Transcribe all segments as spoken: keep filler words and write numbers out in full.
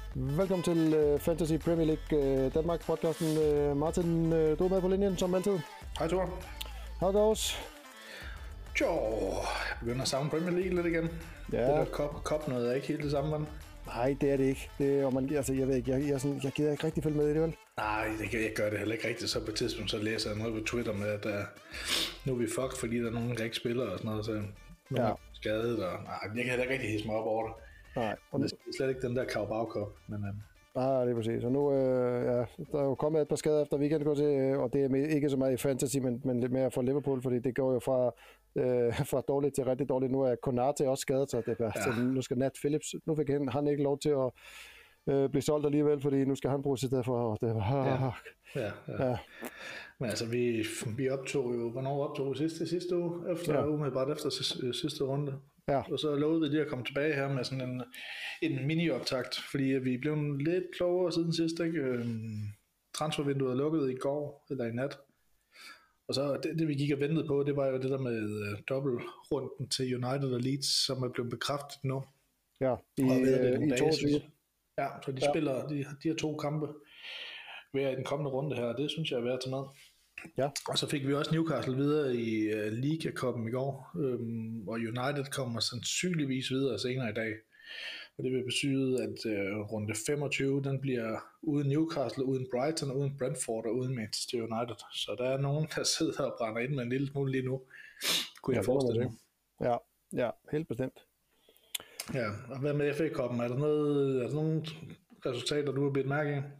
Velkommen til uh, Fantasy Premier League uh, Danmark podcasten. Uh, Martin, uh, du er med på linjen som altid. Hej Thor. How goes? Jo, jeg begynder at savne Premier League lidt igen. Ja. Det der cup, cup noget er ikke helt det samme, man. Nej, det er det ikke. Det, og man, altså, jeg ved ikke, jeg, jeg, sådan, jeg gider ikke rigtig følge med i det, vel? Nej, det, jeg gør det heller ikke rigtigt. Så på et tidspunkt så læser jeg noget på Twitter med, at uh, nu er vi fucked, fordi der er nogen, der ikke spiller og sådan noget. Så nu ja. er skadet, og nej, jeg kan heller ikke rigtig hisse mig op over det. Nej. Og det er slet ikke den der Carabao Cup, men... Uh, Nej, det er præcis. Og nu øh, ja, der er jo kommet et par skader efter weekenden, går til, og det er ikke så meget i fantasy, men, men lidt mere for Liverpool, fordi det går jo fra, øh, fra dårligt til rigtig dårligt. Nu er Konate også skadet, så, det er, ja. så nu skal Nat Phillips, nu fik han, han ikke lov til at øh, blive solgt alligevel, fordi nu skal han bruge sig derfor. Det var, ja. Ja, ja. ja. Men altså, vi, vi optog jo, hvornår optog vi sidste, sidste uge? Efter ja. umiddelbart efter sidste runde. Ja. Og så lovede vi lige at komme tilbage her med sådan en, en mini-optakt, fordi vi blev lidt klogere siden sidst, ikke? Transfervinduet er lukket i går, eller i nat. Og så det, det vi gik og ventede på, det var jo det der med uh, dobbeltrunden til United og Leeds, som er blevet bekræftet nu. Ja, i, det, i toogtyve. Ja, så de ja. spiller de, de her to kampe hver i den kommende runde her, og det synes jeg er værd at tage med. Ja. Og så fik vi også Newcastle videre i uh, Liga Cup'en i går, øhm, og United kommer sandsynligvis videre senere i dag. Og det vil betyde, at uh, runde femogtyve, den bliver uden Newcastle, uden Brighton, uden Brentford og uden Manchester United. Så der er nogen, der sidder og brænder ind med en lille smule lige nu, kunne jeg ja, forestille mig. Ja, ja, helt bestemt. Ja, og hvad med F A Cup'en? Er der, noget, er der nogle resultater, du har bedt mærke i?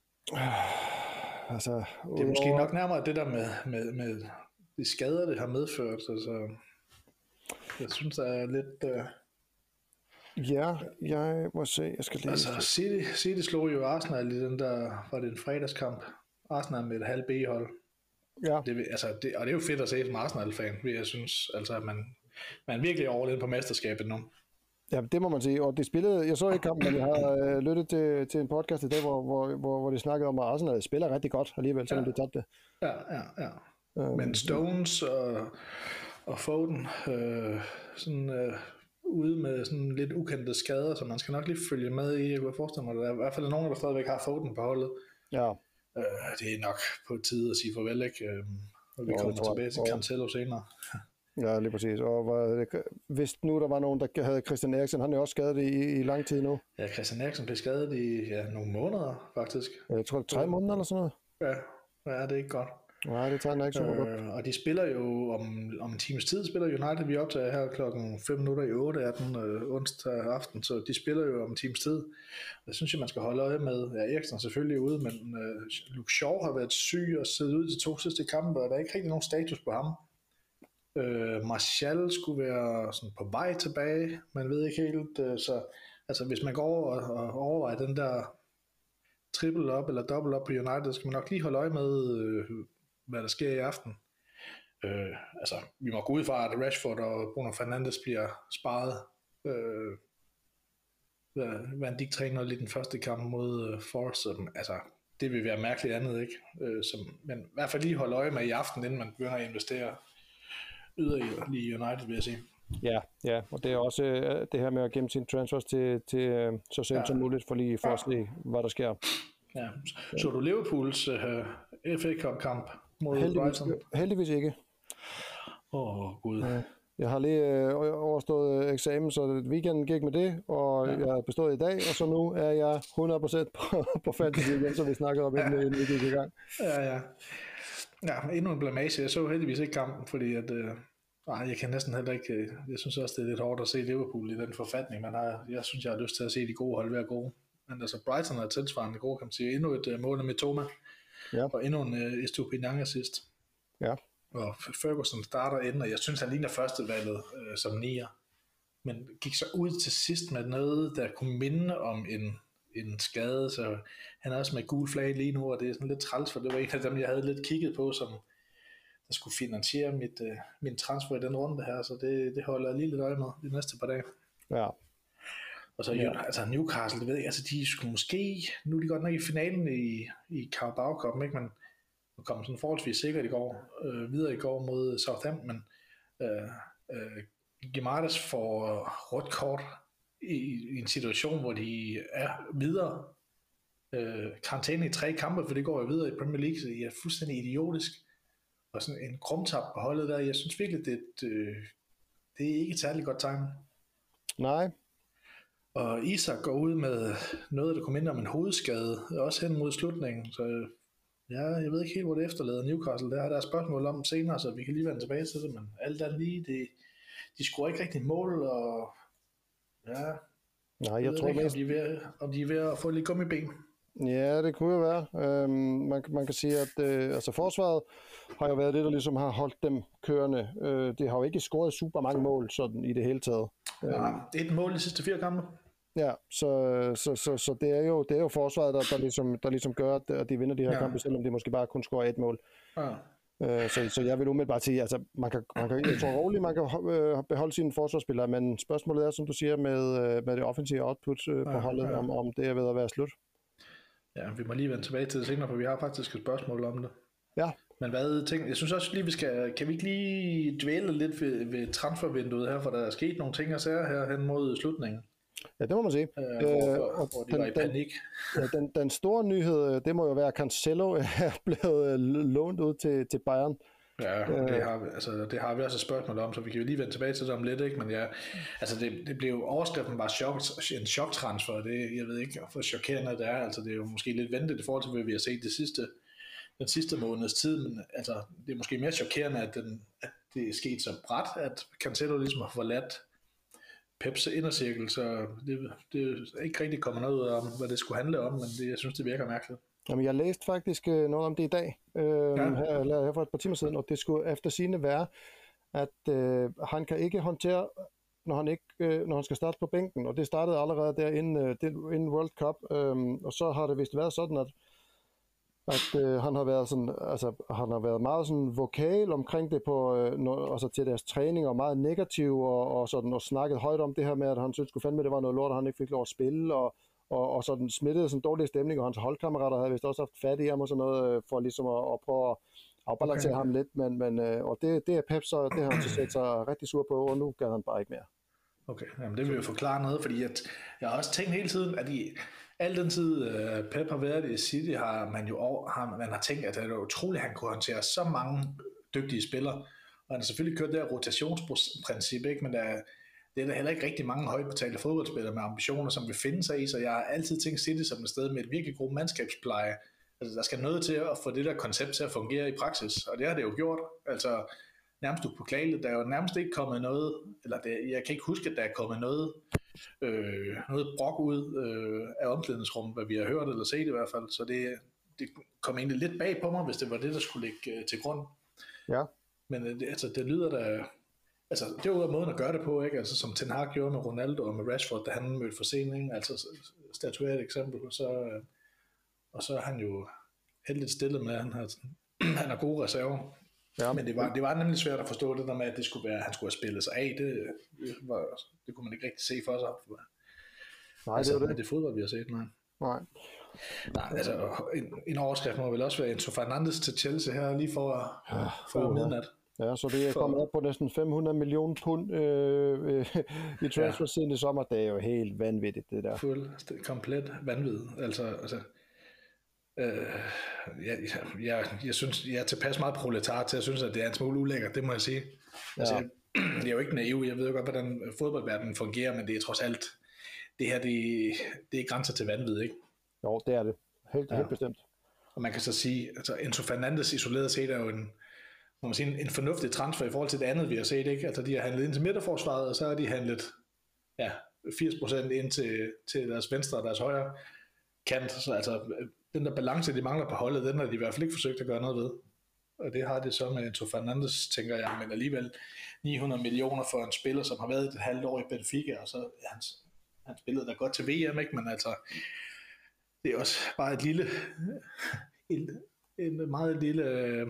Altså, det er måske nok nærmere det der med, med, med de skader, det har medført. Altså, jeg synes, der er lidt... Uh... Ja, jeg må se, jeg skal lige... Altså, City, City slog jo Arsenal i den der, var det en fredagskamp? Arsenal med et halv B-hold. Ja. Det, altså, det, og det er jo fedt at se som Arsenal-fan, vil jeg synes. Altså, at man, man er virkelig overlevet på mesterskabet nu. Ja, det må man sige. Og det spillede, jeg så ikke kampen, men jeg har øh, lyttet til, til en podcast i dag, hvor, hvor, hvor, hvor de snakkede om, at Arsenal spiller rigtig godt alligevel, selvom ja. de tabte. Ja, ja, ja. Um, men Stones og, og Foden øh, sådan, øh, ude med sådan lidt ukendte skader, så man skal nok lige følge med i. Jeg kunne forestille mig, at der er i hvert fald nogen, der stadigvæk har Foden på holdet. Ja. Øh, det er nok på tide at sige farvel, ikke? Øh, og vi jo, kommer tilbage til Cancelo senere. Ja, lige præcis. Og var, hvis nu der var nogen, der havde Christian Eriksen, han er jo også skadet i, i lang tid nu. Ja, Christian Eriksen blev skadet i ja, nogle måneder, faktisk. Jeg tror, tre måneder eller sådan noget. Ja, ja det er ikke godt. Nej, det tager ikke super øh, godt. Og de spiller jo om, om en times tid, spiller United. Vi optager her klokken fem minutter i otte er den øh, onsdag aften, så de spiller jo om en times tid. Det synes jeg, man skal holde øje med. Ja, Eriksen er selvfølgelig ude, men øh, Luke Shaw har været syg og siddet ud de to sidste kampe, og der er ikke rigtig nogen status på ham. Øh, Martial skulle være sådan på vej tilbage, man ved ikke helt, øh, så altså hvis man går over og, og overvejer den der triple up eller double up på United, skal man nok lige holde øje med, øh, hvad der sker i aften. Øh, altså vi må gå ud fra, at Rashford og Bruno Fernandes bliver sparet. Øh, Van Dijk træner lidt den første kamp mod øh, Forest, så, altså det vil være mærkeligt andet, ikke? Øh, så, men i hvert fald lige holde øje med i aften, inden man begynder at investere yderligere i United, vil jeg sige. Ja, ja, og det er også uh, det her med at gemme sine transfers til, til uh, så sent ja. som muligt, for lige for ja. at se, hvad der sker. Ja. Så du Liverpools uh, F A Cup kamp mod heldigvis, Brighton? Heldigvis ikke. Åh, oh, gud. Ja. Jeg har lige uh, overstået uh, eksamen, så weekenden gik med det, og ja. jeg har bestået i dag, og så nu er jeg hundrede procent på, på fantasy igen, så vi snakkede om, inden ja. vi gik i gang. Ja, ja. Ja, endnu en blamage. Jeg så heldigvis ikke kampen, fordi at... Uh... Nej, jeg kan næsten heller ikke, jeg synes også, det er lidt hårdt at se Liverpool i den forfatning, man har, jeg synes, jeg har lyst til at se de gode hold være gode. Men altså, Brighton er tilsvarende gode, kan man sige. Endnu et uh, mål af Mitoma, ja. og endnu en uh, Estupiñán assist. Ja. Og Ferguson starter ind, og jeg synes, han ligner førstevalget uh, som nier. Men gik så ud til sidst med noget, der kunne minde om en, en skade, så han er også med gul flag lige nu, og det er sådan lidt træls, for det var en af dem, jeg havde lidt kigget på, som der skulle finansiere mit, uh, min transfer i den runde her, så det, det holder jeg lige lidt øje med de næste par dage. Ja. Og så ja. altså Newcastle, det ved jeg, altså de skulle måske, nu er de godt nok i finalen i, i Carabao Cup, ikke, men nu kom sådan forholdsvis sikkert i går, øh, videre i går mod Southampton, men øh, øh, Gimardes får rødt kort i, i en situation, hvor de er videre, øh, karantæne i tre kampe, for det går jo videre i Premier League, så det er fuldstændig idiotisk. Og sådan en krumtap på holdet der, jeg synes virkelig, det, øh, det er ikke et særligt godt tegn. Nej. Og Isak går ud med noget, der kommer ind om en hovedskade, også hen mod slutningen, så ja, jeg ved ikke helt, hvor det efterlader Newcastle. Der er der spørgsmål om senere, så vi kan lige vende tilbage til det, men alt andet lige, det, de scorer ikke rigtig mål, og ja, Nej, jeg, jeg tror ikke, mest... om, de er ved, om de er ved at få lidt gummiben. Ja, det kunne jo være. Øhm, man, man kan sige, at øh, altså forsvaret har jo været det, der ligesom har holdt dem kørende. Øh, det har jo ikke scoret super mange mål sådan i det hele taget. Ja, det er et mål de sidste fire kampe. Ja, så, så, så, så det, er jo, det er jo forsvaret, der, der, ligesom, der ligesom gør, at de vinder de her ja. kampe, selvom de måske bare kun scorer et mål. Ja. Øh, så, så jeg vil umiddelbart sige, altså man kan, man kan, jeg tror roligt, man kan beholde sine forsvarsspillere, men spørgsmålet er, som du siger, med, med det offensive output øh, på ja, holdet, ja. om, om det er ved at være slut. Ja, vi må lige vende tilbage til det senere, for vi har faktisk et spørgsmål om det. Ja. Men hvad tænker, jeg synes også lige, vi skal, kan vi ikke lige dvæle lidt ved, ved transfervinduet her, for der er sket nogle ting og sager her hen mod slutningen. Ja, det må man sige. Øh, hvor, hvor, hvor de den, var i panik. Den, ja, den, den store nyhed, det må jo være, at Cancelo er blevet lånt ud til, til Bayern. Ja, det har, altså, det har vi også et spørgsmål om, så vi kan jo lige vende tilbage til det om lidt, ikke? Men ja, altså det, det blev overskriften bare chok, en choktransfer, det, jeg ved ikke, hvor chokerende det er, altså det er jo måske lidt ventet i forhold til, hvad vi har set det sidste, den sidste måneds tid, men altså det er måske mere chokerende, at, den, at det er sket så brat, at Cancelo ligesom har forladt Peps indercirkel, så det, det er ikke rigtig kommet noget ud om, hvad det skulle handle om, men det, jeg synes, det virker mærkeligt. Jamen, jeg læste faktisk øh, noget om det i dag, øh, ja. her, eller her for et par timer siden, og det skulle efter sigende være, at øh, han kan ikke håndtere, når han, ikke, øh, når han skal starte på bænken, og det startede allerede der inden, øh, inden World Cup, øh, og så har det vist været sådan, at at øh, han har været sådan, altså han har været meget sådan vokal omkring det på, øh, når, altså til deres træning, og meget negativ, og, og sådan, og snakket højt om det her med, at han synes sgu fandme, det var noget lort, og han ikke fik lov at spille, og, og, og sådan smittede sådan dårlig stemning, og hans holdkammerater havde vist også haft fat i ham og sådan noget, øh, for ligesom at, at prøve at afbalancere okay. ham lidt, men, men øh, og det, det er Pep, så det har han så set sig rigtig sur på, og nu gør han bare ikke mere. Okay, jamen det vil jeg forklare noget, fordi at jeg har også tænkt hele tiden, at i al den tid uh, Pep har været i City, har man jo over, har, man har tænkt, at det er utroligt, at han kunne håndtere så mange dygtige spillere, og han har selvfølgelig kørt det her rotationsprincip, ikke? Men der, det er der heller ikke rigtig mange højbetalte fodboldspillere med ambitioner, som vil finde sig i, så jeg har altid tænkt City som et sted med et virkelig god mandskabspleje. Altså, der skal noget til at få det der koncept til at fungere i praksis, og det har det jo gjort. Altså nærmest upåklageligt, der er jo nærmest ikke kommet noget, eller det, jeg kan ikke huske, at der er kommet noget, øh, noget brok ud øh, af omklædningsrummet, hvad vi har hørt eller set i hvert fald, så det, det kom egentlig lidt bag på mig, hvis det var det, der skulle ligge øh, til grund. Ja. Men øh, det, altså, det lyder da, altså det var måden at gøre det på, ikke? Altså som Ten Hag gjorde med Ronaldo og med Rashford, da han mødte for sent, altså statuere et eksempel, så, øh, og så er han jo heldigt stillet med, at han har, han har gode reserver. Ja. Men det var, det var nemlig svært at forstå det der med, at det skulle være, at han skulle have spillet sig af. Det, det, var, det kunne man ikke rigtig se for sig. Nej, altså, det er det. det fodbold, vi har set, nej. Nej. Nej, altså en, en overskrift må vel også være Enzo Fernandes til Chelsea her, lige for, ja, for uh, midnat. Ja, så det er kommet op på næsten fem hundrede millioner pund øh, øh, i transfer siden ja. i sommer. Det er jo helt vanvittigt, det der. Fuldt, komplet vanvittigt. Altså, altså Øh, jeg, jeg, jeg synes, jeg er tilpas meget proletar til at synes, at det er en smule ulækkert, det må jeg sige. Ja. Altså, jeg, jeg er jo ikke naiv, jeg ved jo godt, hvordan fodboldverdenen fungerer, men det er trods alt, det her, det, det er grænser til vanvid, ikke? Jo, det er det. Helt, ja. helt bestemt. Og man kan så sige, altså Enzo Fernandes isoleret set er jo en, må man sige, en, en fornuftig transfer i forhold til det andet, vi har set, ikke? Altså de har handlet ind til midterforsvaret, og så har de handlet ja, firs procent ind til, til deres venstre og deres højre kant, så altså den der balance, de mangler på holdet, den har de i hvert fald ikke forsøgt at gøre noget ved. Og det har det så med Enzo Fernandes, tænker jeg, men alligevel ni hundrede millioner for en spiller, som har været et halvt år i Benfica, og så ja, han, han spillede da godt til V M, ikke? Men altså, det er også bare et lille, en, en meget lille,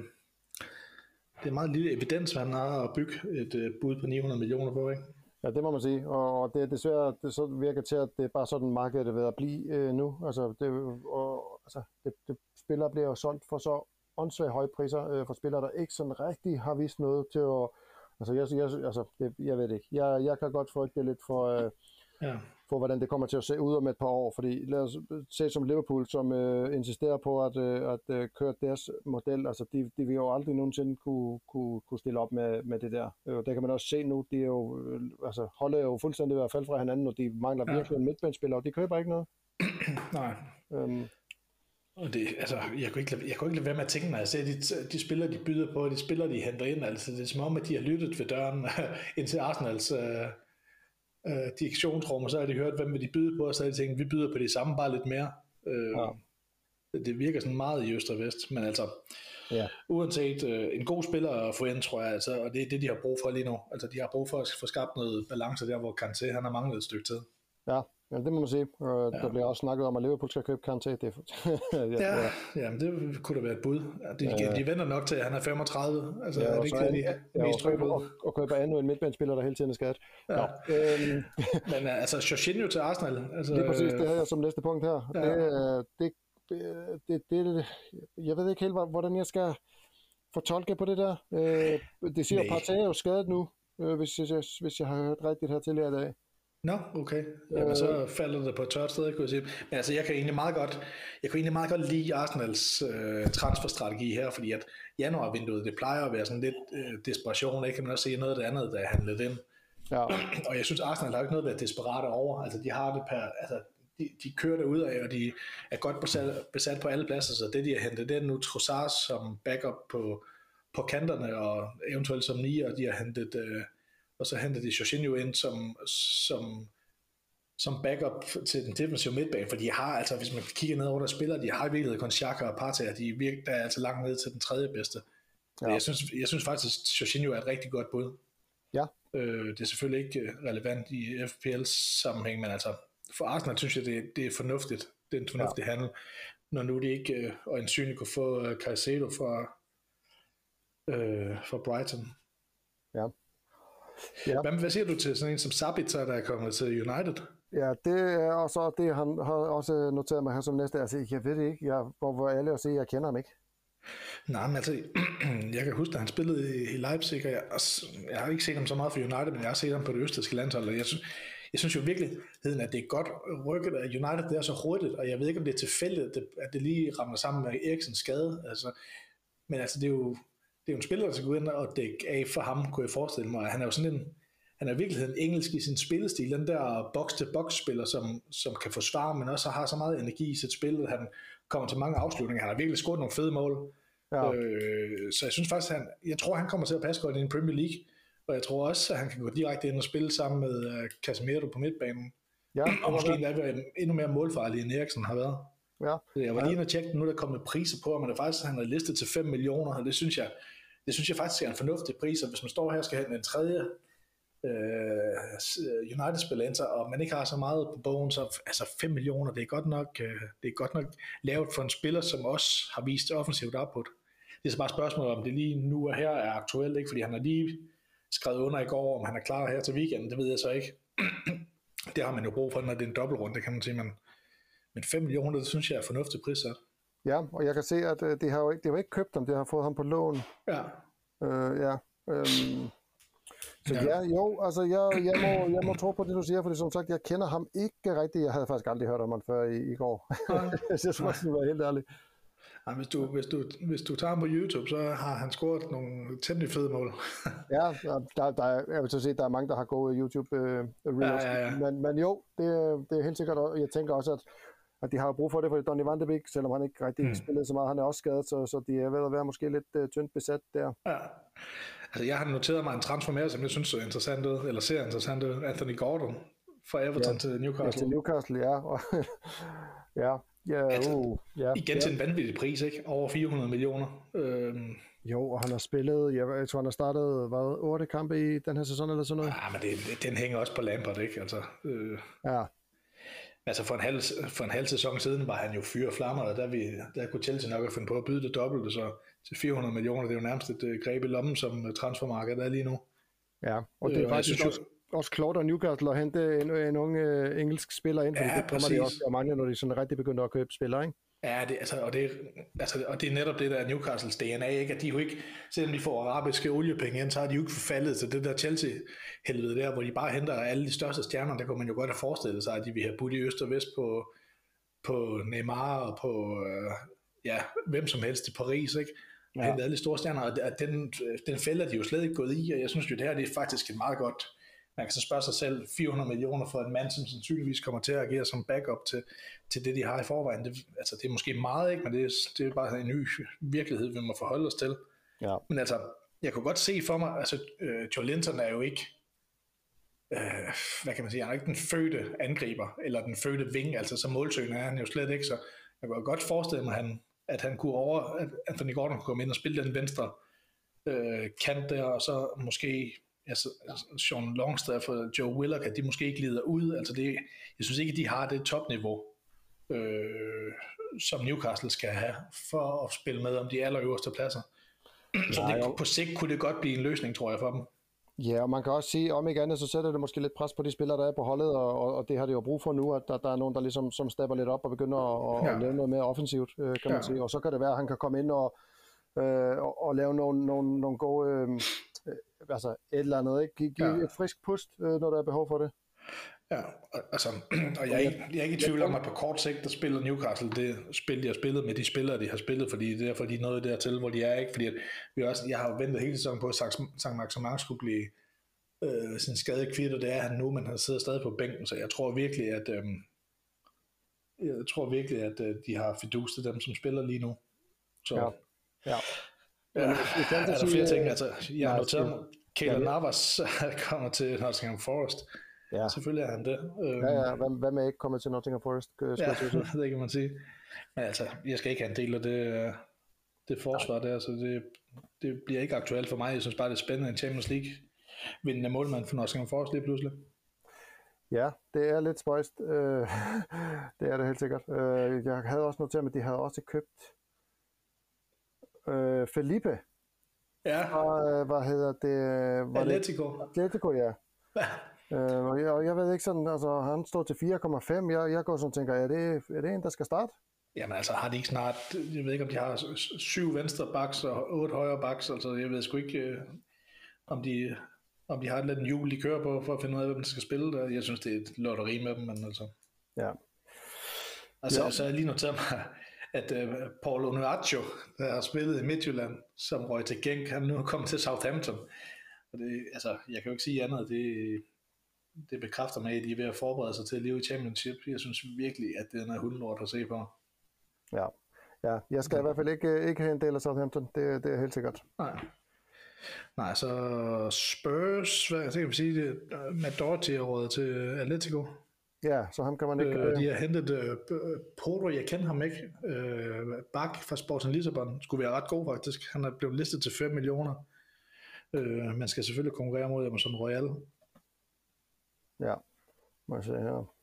det er meget lille evidens, han har at bygge et bud på ni hundrede millioner på, ikke? Ja, det må man sige, og det er desværre, det så virker til, at det er bare sådan markedet er ved at blive øh, nu. Altså, det, og, altså det, det, spillere bliver jo solgt for så åndssvagt høje priser øh, for spillere, der ikke sådan rigtig har vist noget til at, altså jeg, jeg, altså, det, jeg ved det ikke, jeg, jeg kan godt frygte det lidt for, øh, ja. på, hvordan det kommer til at se ud om et par år, fordi lad os se som Liverpool, som øh, insisterer på at, øh, at øh, køre deres model, altså de, de vil jo aldrig nogensinde kunne, kunne, kunne stille op med, med det der. Øh, det kan man også se nu, de er jo, øh, altså holder jo fuldstændig i hvert fald fra hinanden, og de mangler ja. virkelig en midtbanespiller, og de køber ikke noget. Nej. Øhm, Og det, altså, jeg kunne, ikke lade, jeg kunne ikke lade være med at tænke, når jeg ser de, de spillere, de byder på, de spillere, de henter ind, altså det er som om, at de har lyttet ved døren ind til Arsenals øh, øh, direktionsrum, og så har de hørt, hvem vil de byde på, og så har de tænkt, vi byder på det samme, bare lidt mere. Øh, ja. Det virker sådan meget i øst og vest, men altså, ja. uanset øh, en god spiller at få ind, tror jeg, altså, og det er det, de har brug for lige nu. Altså, de har brug for at få skabt noget balance der, hvor Kanté, han har manglet et stykke tid. Ja. Ja, det må man sige. Og ja. Der bliver også snakket om, at Liverpool skal købe Kanté. Det er... ja, ja. ja, men det kunne da være et bud. De, ja. de venter nok til, at han er femogtredive. Altså, ja, er det ikke det, de ja, mest og, og, og køber endnu en midtbanespiller, der hele tiden er skadet. Ja. Øhm. Men altså, Jorginho til Arsenal. Altså, det er præcis, det her jeg som næste punkt her. Ja. Det, det, det, det, det, jeg ved ikke helt, hvordan jeg skal fortolke på det der. Det siger jo, Partey er jo skadet nu, hvis jeg, hvis jeg har hørt rigtigt her tidligere i dag. Nå, no, okay. Jamen, så falder det på et tørt sted, kunne jeg sige. Men altså, jeg kan egentlig meget godt, jeg kan egentlig meget godt lide Arsenals øh, transferstrategi her, fordi at januarvinduet, det plejer at være sådan lidt øh, desperation, ikke? Kan man også se noget af det andet, der er handlet ind. Ja. Og jeg synes, Arsenal har ikke noget at være desperate over. Altså, de har det per, altså, de, de kører det ud af, og de er godt besat, besat på alle pladser, så det, de har hentet, det er nu Trossard som backup på, på kanterne, og eventuelt som nier, og de har hentet... Øh, og så henter de Jorginho ind som, som, som backup til den defensive midtbane, for de har altså, hvis man kigger ned over der spiller, de har i virkeligheden kun Xhaka og Partey, og de er virkelig, der er altså langt ned til den tredje bedste. Ja. Jeg, synes, jeg synes faktisk, at Jorginho er et rigtig godt bud. Ja. Øh, det er selvfølgelig ikke relevant i F P L's sammenhæng, men altså for Arsenal synes jeg, det, det er fornuftigt. Det er en fornuftig ja. handel, når nu de ikke øh, øjensynligt kunne få øh, Caicedo fra, øh, fra Brighton. Ja. Ja. Hvad, hvad siger du til sådan en som Sabitzer, der er kommet til United? Ja, det er også det, han har også noteret mig her som næste. Altså, jeg ved det ikke. Jeg hvor alle at sige, jeg kender ham ikke. Nej, men altså, jeg kan huske, at han spillede i Leipzig, og jeg, jeg har ikke set ham så meget for United, men jeg har set ham på det østrigske landshold, og jeg synes, jeg synes jo i virkeligheden, at det er godt rykket, at United det er så hurtigt, og jeg ved ikke, om det er tilfældigt, at det lige rammer sammen med Eriksens skade. Altså, men altså, det er jo Det er jo en spiller, der skal gå ind og dække af for ham, kunne jeg forestille mig. Han er jo sådan en, han er i virkeligheden engelsk i sin spillestil, den der box-to-box-spiller, som, som kan forsvare, men også har så meget energi i sit spil, at han kommer til mange afslutninger. Han har virkelig scoret nogle fede mål. Ja. Øh, så jeg synes faktisk, han, jeg tror, han kommer til at passe godt i en Premier League, og jeg tror også, at han kan gå direkte ind og spille sammen med uh, Casemiro på midtbanen. Ja, og måske være endnu mere målfarlig, end Eriksen har været. Ja. Jeg var lige inde og tjekke, nu der kommer priser på, men det er faktisk, han har listet til fem millioner, og det synes jeg, det synes jeg faktisk er en fornuftig pris, og hvis man står her og skal have en tredje øh, United-spiller ind, og man ikke har så meget på bogen, så altså fem millioner, det er godt nok, øh, det er godt nok lavet for en spiller, som også har vist offensivt output. Det er så bare et spørgsmål, om det lige nu og her er aktuelt, ikke? Fordi han har lige skrevet under i går, om han er klar her til weekenden, det ved jeg så ikke. Det har man jo brug for, når det er en dobbeltrunde, kan man sige, men Men fem millioner, det synes jeg er fornuftigt prissat. Ja, og jeg kan se, at de har jo ikke, de har ikke købt ham, de har fået ham på lån. Ja. Øh, ja. Øhm. Så ja. ja, jo, altså jeg, jeg, må, jeg må tro på det, du siger, fordi som sagt, jeg kender ham ikke rigtigt. Jeg havde faktisk aldrig hørt om ham før i, i går. Jeg synes faktisk, det var helt ærligt. Ja, hvis, du, hvis, du, hvis du tager ham på YouTube, så har han scoret nogle temmelig fede mål. Ja, der, der er, jeg vil så sige, der er mange, der har gode YouTube-reels. Uh, ja, ja, ja. men, men jo, det, det er helt sikkert, og jeg tænker også, at at de har brug for det, for Donny van de Beek, selvom han ikke rigtig mm. spillede så meget. Han er også skadet, så, så de er ved at være måske lidt uh, tyndt besat der. Ja. Altså, jeg har noteret mig en transfer mere, som jeg synes er interessant ud, eller ser interessant ud. Anthony Gordon fra Everton ja. til Newcastle. Ja, til Newcastle, ja. ja. Ja, altså, uh, ja. Igen til en vanvittig pris, ikke? Over fire hundrede millioner. Øhm. Jo, og han har spillet, jeg, jeg tror han har startet, hvad, otte kampe i den her sæson eller sådan noget? Ja, men det, den hænger også på Lampard, ikke? Altså, øh. Ja. Altså for en, halv, for en halv sæson siden var han jo fyre og flammer, og der, vi, der kunne Chelsea nok have fundet på at byde det dobbelte, så til fire hundrede millioner, det er jo nærmest et uh, greb i lommen, som transfermarkedet er lige nu. Ja, og det er øh, faktisk synes, også, jo... også klogt af Newcastle at hente en, en ung uh, engelsk spiller ind, fordi ja, det kommer de også og mange, når de sådan rigtig begynder at købe spillere, ikke? Ja, det, altså, og, det, altså, og det er netop det, der er Newcastles D N A, ikke? At de jo ikke, selvom de får arabiske oliepenge ind, så har de jo ikke forfaldet til det der Chelsea-helvede der, hvor de bare henter alle de største stjerner. Der kunne man jo godt have forestillet sig, at de vil have budt i øst og vest på, på Neymar og på øh, ja, hvem som helst i Paris, ikke? Og ja. Hentet alle de store stjerner, og den, den fælder de jo slet ikke gået i, og jeg synes jo, det her det er faktisk et meget godt. Man kan så spørge sig selv, fire hundrede millioner for en mand, som sandsynligvis kommer til at agere som backup til, til det, de har i forvejen. Det, altså, det er måske meget, ikke? Men det er, det er bare en ny virkelighed, vi må forholde os til. Ja. Men altså, jeg kunne godt se for mig, altså, øh, Joe Linton er jo ikke, øh, hvad kan man sige, han er ikke den fødte angriber, eller den fødte ving, altså så målsøgende er han jo slet ikke, så jeg kunne godt forestille mig, at han, at han kunne over, at Anthony Gordon kunne komme ind og spille den venstre øh, kant der, og så måske altså, Sean Longstaff og Joe Willock, at de måske ikke lider ud. Altså det, jeg synes ikke, de har det topniveau, øh, som Newcastle skal have, for at spille med om de allerøverste pladser. Så ja, det, på sigt kunne det godt blive en løsning, tror jeg, for dem. Ja, og man kan også sige, om ikke andet, så sætter det måske lidt pres på de spillere, der er på holdet, og, og, og det har det jo brug for nu, at der, der er nogen, der ligesom som stepper lidt op og begynder at, ja. at lave noget mere offensivt, øh, kan man ja. sige. Og så kan det være, at han kan komme ind og, øh, og, og lave nogle, nogle, nogle gode, øh, altså et eller andet, ikke? Give, give ja. et frisk pust, øh, når der er behov for det. Ja, altså, og jeg er, ikke, jeg er ikke i tvivl om, at på kort sigt, der spiller Newcastle det spil, de har spillet med de spillere, de har spillet, fordi det er derfor, de er nået dertil, hvor de er, ikke? Fordi at vi også, jeg har jo ventet hele sæsonen på, at Sankt Maximin skulle blive øh, sin skade kvidt, og det er han nu, men han sidder stadig på bænken, så jeg tror virkelig, at øh, jeg tror virkelig, at øh, de har fidus til dem, som spiller lige nu. Så, ja. Ja. Ja, er der flere ting? Altså, jeg har noteret mig, Keylor Navas kommer til Nottingham Forest. Ja. Selvfølgelig er han det. Ja, ja. Hvad, hvad med ikke komme til Nottingham Forest? Ja, det kan man sige. Men altså, jeg skal ikke have en del af det, det forsvar der, så det, det bliver ikke aktuelt for mig. Jeg synes bare, det er spændende en Champions League vindende målmand for Nottingham Forest lige pludselig. Ja, det er lidt spøjst. Det er det helt sikkert. Jeg havde også noteret, at de havde også købt uh, Felipe. Ja. Og, hvad hedder det? Var Atletico. Det? Atletico, ja. Ja. Uh, og, jeg, og jeg ved ikke sådan, altså han står til fire komma fem. Jeg, jeg går sådan og tænker, er det, er det en, der skal starte? Jamen altså, har de ikke snart, jeg ved ikke, om de har syv venstre backs og otte højre backs, altså jeg ved sgu ikke, uh, om de, om de har et lidt en hjul, de kører på, for at finde ud af, hvem der skal spille der. Jeg synes, det er et lotteri med dem, men altså. Ja. Altså, ja. Så har jeg lige noteret mig, at uh, Paul Onuachu, der har spillet i Midtjylland, som røg til Genk, han nu er kommet til Southampton. Og det, altså, jeg kan jo ikke sige andet, det, det bekræfter mig, at de er ved at forberede sig til at leve i Championship. Jeg synes virkelig, at det er noget hundelort at se på. Ja, ja. Jeg skal i hvert fald ikke, ikke have en del af Southampton, det, det er helt sikkert. Nej. Nej, så Spurs, hvad kan vi sige, det, Matt Doherty er rådet til Atletico. Ja, så ham kan man ikke... Øh, de har hentet uh, Porto, jeg kender ham ikke, uh, Bak fra Sporting Lissabon, skulle være ret god faktisk. Han er blevet listet til fem millioner. Uh, man skal selvfølgelig konkurrere mod Amazon Royal. Ja, må jeg se her.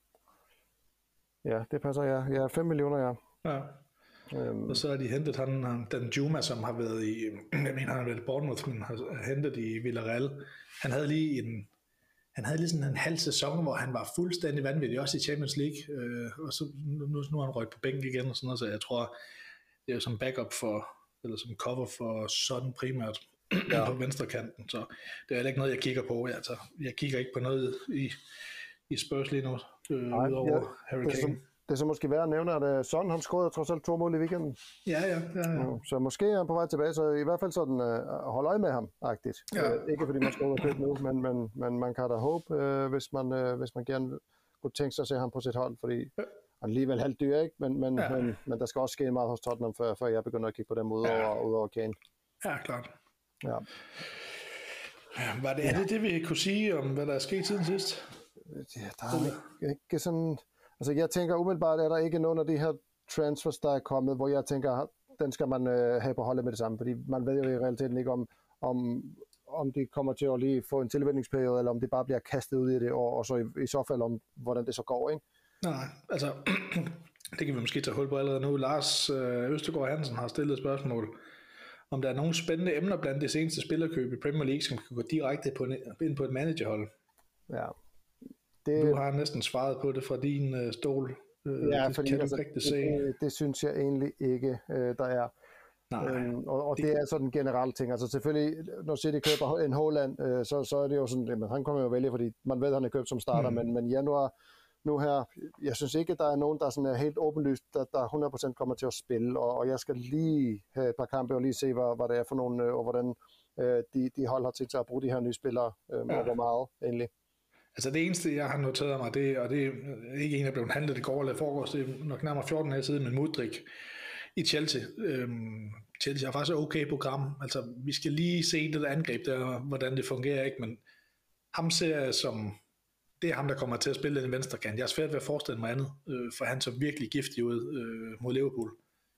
Ja, det passer, ja. Ja, fem millioner, ja. Ja. Um, og så har de hentet han, han Dan Juma, som har været i, jeg mener, han har været i Bournemouth, men har hentet i Villarreal. Han havde lige en, han havde lige sådan en halv sæson, hvor han var fuldstændig vanvittig, også i Champions League, øh, og så nu, nu er han røget på bænken igen, og sådan noget, så jeg tror, det er jo som backup for, eller som cover for sådan primært, ja. På venstre kanten, så det er heller ikke noget, jeg kigger på. Altså, jeg kigger ikke på noget i, i Spurs lige nu, øh, Nej, udover ja, Harry det Kane. Det er så måske værd at nævne, at Son han scorede trods alt to mål i weekenden. Ja, ja, ja, ja. Så måske er han på vej tilbage, så i hvert fald sådan uh, hold øje med ham, agtigt. Ja. Uh, ikke fordi man skal ud og købe nu, men, men, men man kan da håbe, uh, hvis, man, uh, hvis man gerne kunne tænke sig at se ham på sit hold, fordi ja. Han er alligevel halvt dyr, ikke? Men, men, ja. men, men der skal også ske meget hos Tottenham, før, før jeg begynder at kigge på dem ud over, ja. ud over Kane. Ja, klart. Ja. Var det, er det det, vi kunne sige om, hvad der er sket siden sidst? Ja, der er ikke, ikke sådan... Altså jeg tænker umiddelbart, er der ikke nogen af de her transfers, der er kommet, hvor jeg tænker, den skal man øh, have på holdet med det samme, fordi man ved jo i realiteten ikke, om, om, om de kommer til at lige få en tilvændingsperiode, eller om det bare bliver kastet ud i det, og, og så i, i så fald om, hvordan det så går, ikke? Nej, altså, det kan vi måske tage hul på allerede nu. Lars øh, Østergaard Hansen har stillet et spørgsmål, om der er nogle spændende emner blandt de seneste spillerkøb i Premier League, som kan gå direkte på en, ind på et managerhold. Ja. Det... Du har næsten svaret på det fra din øh, stol. Øh, Ja, det fordi kan du altså, ikke rigtig det, se. det, det synes jeg egentlig ikke, øh, der er. Øhm, og, og det, det er sådan en generel ting. Altså selvfølgelig, når City køber en Haaland, øh, så, så er det jo sådan, jamen, han kommer jo at vælge, fordi man ved, at han er købt som starter, mm. men, men januar, nu her, jeg synes ikke, at der er nogen, der sådan er helt åbenlyst, der, der hundrede procent kommer til at spille, og, og jeg skal lige have et par kampe og lige se, hvad, hvad det er for nogle, øh, og hvordan øh, de, de hold har tænkt sig at bruge de her nye spillere, øh, ja. og hvor meget egentlig. Altså det eneste, jeg har noteret mig, det, og det er ikke en, der blev handlet i går eller foregårs, det er nok nærmere fjorten dage siden med Mudryk i Chelsea. Øhm, Chelsea har faktisk et okay program. Altså vi skal lige se det der angreb der, hvordan det fungerer, ikke? Men ham ser jeg som, det er ham, der kommer til at spille den venstre kant. Jeg er svært ved at forestille mig andet, øh, for han så virkelig giftig ud øh, mod Liverpool.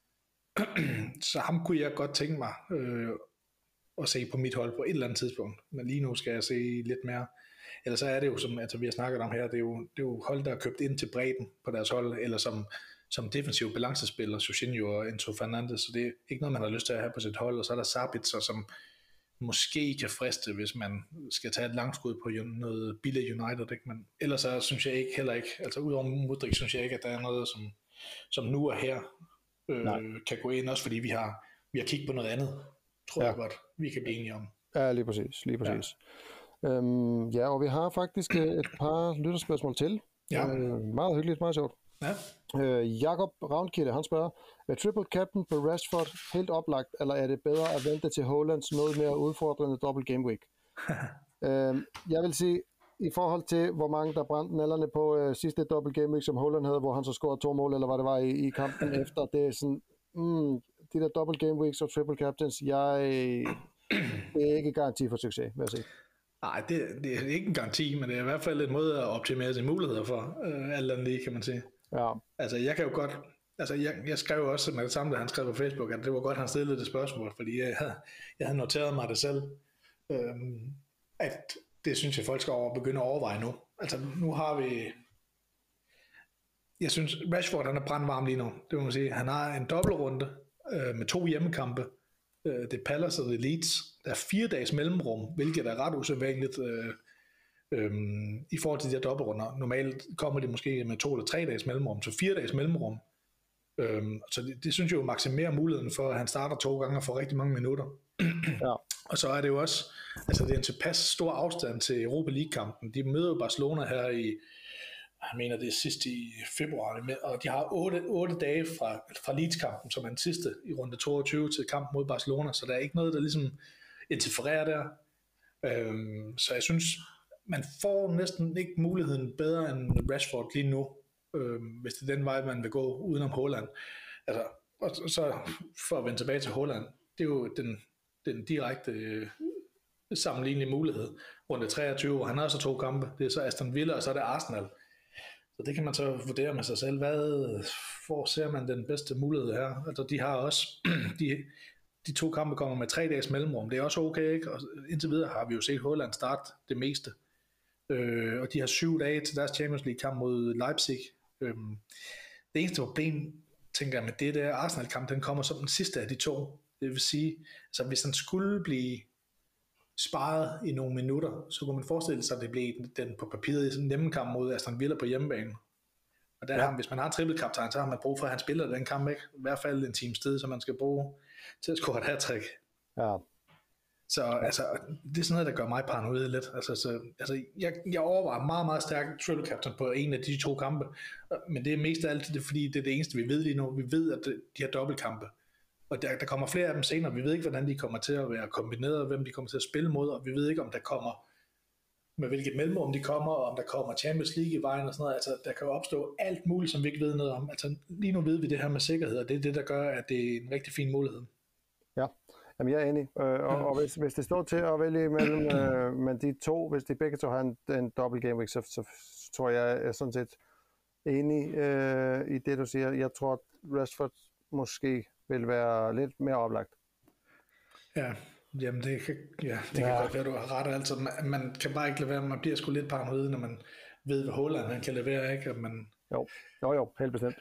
Så ham kunne jeg godt tænke mig øh, at se på mit hold på et eller andet tidspunkt. Men lige nu skal jeg se lidt mere. Eller så er det jo, som altså, vi har snakket om her, det er, jo, det er jo hold, der er købt ind til bredden på deres hold, eller som, som defensiv balancespiller, Jorginho og Enzo Fernandes, så det er ikke noget, man har lyst til at have på sit hold, og så er der Sabitzer, som måske kan friste, hvis man skal tage et langskud på noget billig United, ikke? Men ellers så synes jeg ikke, heller ikke, altså udover Mudryk, synes jeg ikke, at der er noget, som, som nu er her, øh, kan gå ind, også fordi vi har, vi har kigget på noget andet, tror ja. jeg godt, vi kan blive enige om. Ja, lige præcis, lige præcis. Ja. Øhm, ja, og vi har faktisk et par lytterspørgsmål til. Ja. Øh, meget hyggeligt, meget sjovt. Ja. Øh, Jakob Ravnkilde, han spørger, er triple captain på Rashford helt oplagt, eller er det bedre at vente til Haalands noget mere udfordrende double game week? øh, jeg vil sige, i forhold til, hvor mange der brændte nallerne på øh, sidste double game week, som Haaland havde, hvor han så scorede to mål, eller hvad det var i, i kampen efter, det er sådan, mm, de der double game weeks og triple captains, jeg, det er ikke garanti for succes, vil jeg sige. Nej, det, det er ikke en garanti, men det er i hvert fald en måde at optimere sine muligheder for, øh, alt andet lige, kan man sige. Ja. Altså, jeg kan jo godt, altså, jeg, jeg skrev også med det samme, da han skrev på Facebook, at det var godt, han stillede det spørgsmål, fordi jeg havde, jeg havde noteret mig det selv, øhm, at det synes jeg, folk skal over, begynde at overveje nu. Altså, nu har vi, jeg synes, Rashford, han er brandvarm lige nu, det må man sige. Han har en dobbeltrunde øh, med to hjemmekampe, øh, det er Palace og det Leeds. Der er fire dages mellemrum, hvilket er ret usædvanligt øh, øh, i forhold til de her dobbeltrunder. Normalt kommer de måske med to eller tre dages mellemrum, så fire dages mellemrum. Øh, så det, det synes jeg jo maksimerer muligheden for, at han starter to gange og får rigtig mange minutter. Ja. Og så er det jo også, altså det er en tilpas stor afstand til Europa League-kampen. De møder jo Barcelona her i, jeg mener det er sidst i februar, og de har otte, otte dage fra, fra Leeds-kampen, som er den sidste i runde toogtyve til kampen mod Barcelona, så der er ikke noget, der ligesom interfererer der. Øhm, så jeg synes, man får næsten ikke muligheden bedre end Rashford lige nu, øhm, hvis det er den vej, man vil gå udenom Haaland. Altså, og så for at vende tilbage til Haaland, det er jo den, den direkte øh, sammenlignelige mulighed. Runde treogtyve, hvor han har så to kampe, det er så Aston Villa, og så er det Arsenal. Så det kan man så vurdere med sig selv. Hvad, hvor ser man den bedste mulighed her? Altså, de har også, de, de to kampe kommer med tre dages mellemrum. Det er også okay, ikke? Og indtil videre har vi jo set Haaland starte det meste. Øh, og de har syv dage til deres Champions League-kamp mod Leipzig. Øh, det eneste problem, tænker jeg med det, der Arsenal-kamp, den kommer som den sidste af de to. Det vil sige, altså hvis han skulle blive sparet i nogle minutter, så kunne man forestille sig, at det blev den på papiret i sådan en nemme kamp mod Aston Villa på hjemmebane. Og der ja. har, hvis man har trippelkaptajn, så har man brug for, at han spiller den kamp, ikke? I hvert fald en times tid, som man skal bruge til at score et hat-trick. Ja. Så altså, det er sådan noget, der gør mig paranoid lidt. Altså, så, altså, jeg, jeg overvejer meget, meget stærkt triple captain på en af de to kampe, men det er mest af alt, det er, fordi det er det eneste, vi ved lige nu. Vi ved, at de her dobbeltkampe, og der, der kommer flere af dem senere. Vi ved ikke, hvordan de kommer til at være kombineret, hvem de kommer til at spille mod, og vi ved ikke, om der kommer, med hvilket mellemrum de kommer, og om der kommer Champions League i vejen og sådan noget. Altså, der kan jo opstå alt muligt, som vi ikke ved noget om. Altså, lige nu ved vi det her med sikkerhed, og det er det, der gør, at det er en rigtig fin mulighed. Ja, jamen jeg er enig. Øh, og, og hvis, hvis det står til at vælge mellem øh, men de to, hvis de begge to har en, en dobbelt game week, så, så tror jeg, jeg er sådan set enig øh, i det, du siger. Jeg tror, at Rashford måske vil være lidt mere oplagt. Ja, jamen det kan, ja, det kan ja. godt være, du har ret. Altså, man, man kan bare ikke lade være, man bliver sgu lidt paranoid, når man ved, hvad Haaland han kan levere, ikke? Man... Jo, jo, jo, helt bestemt.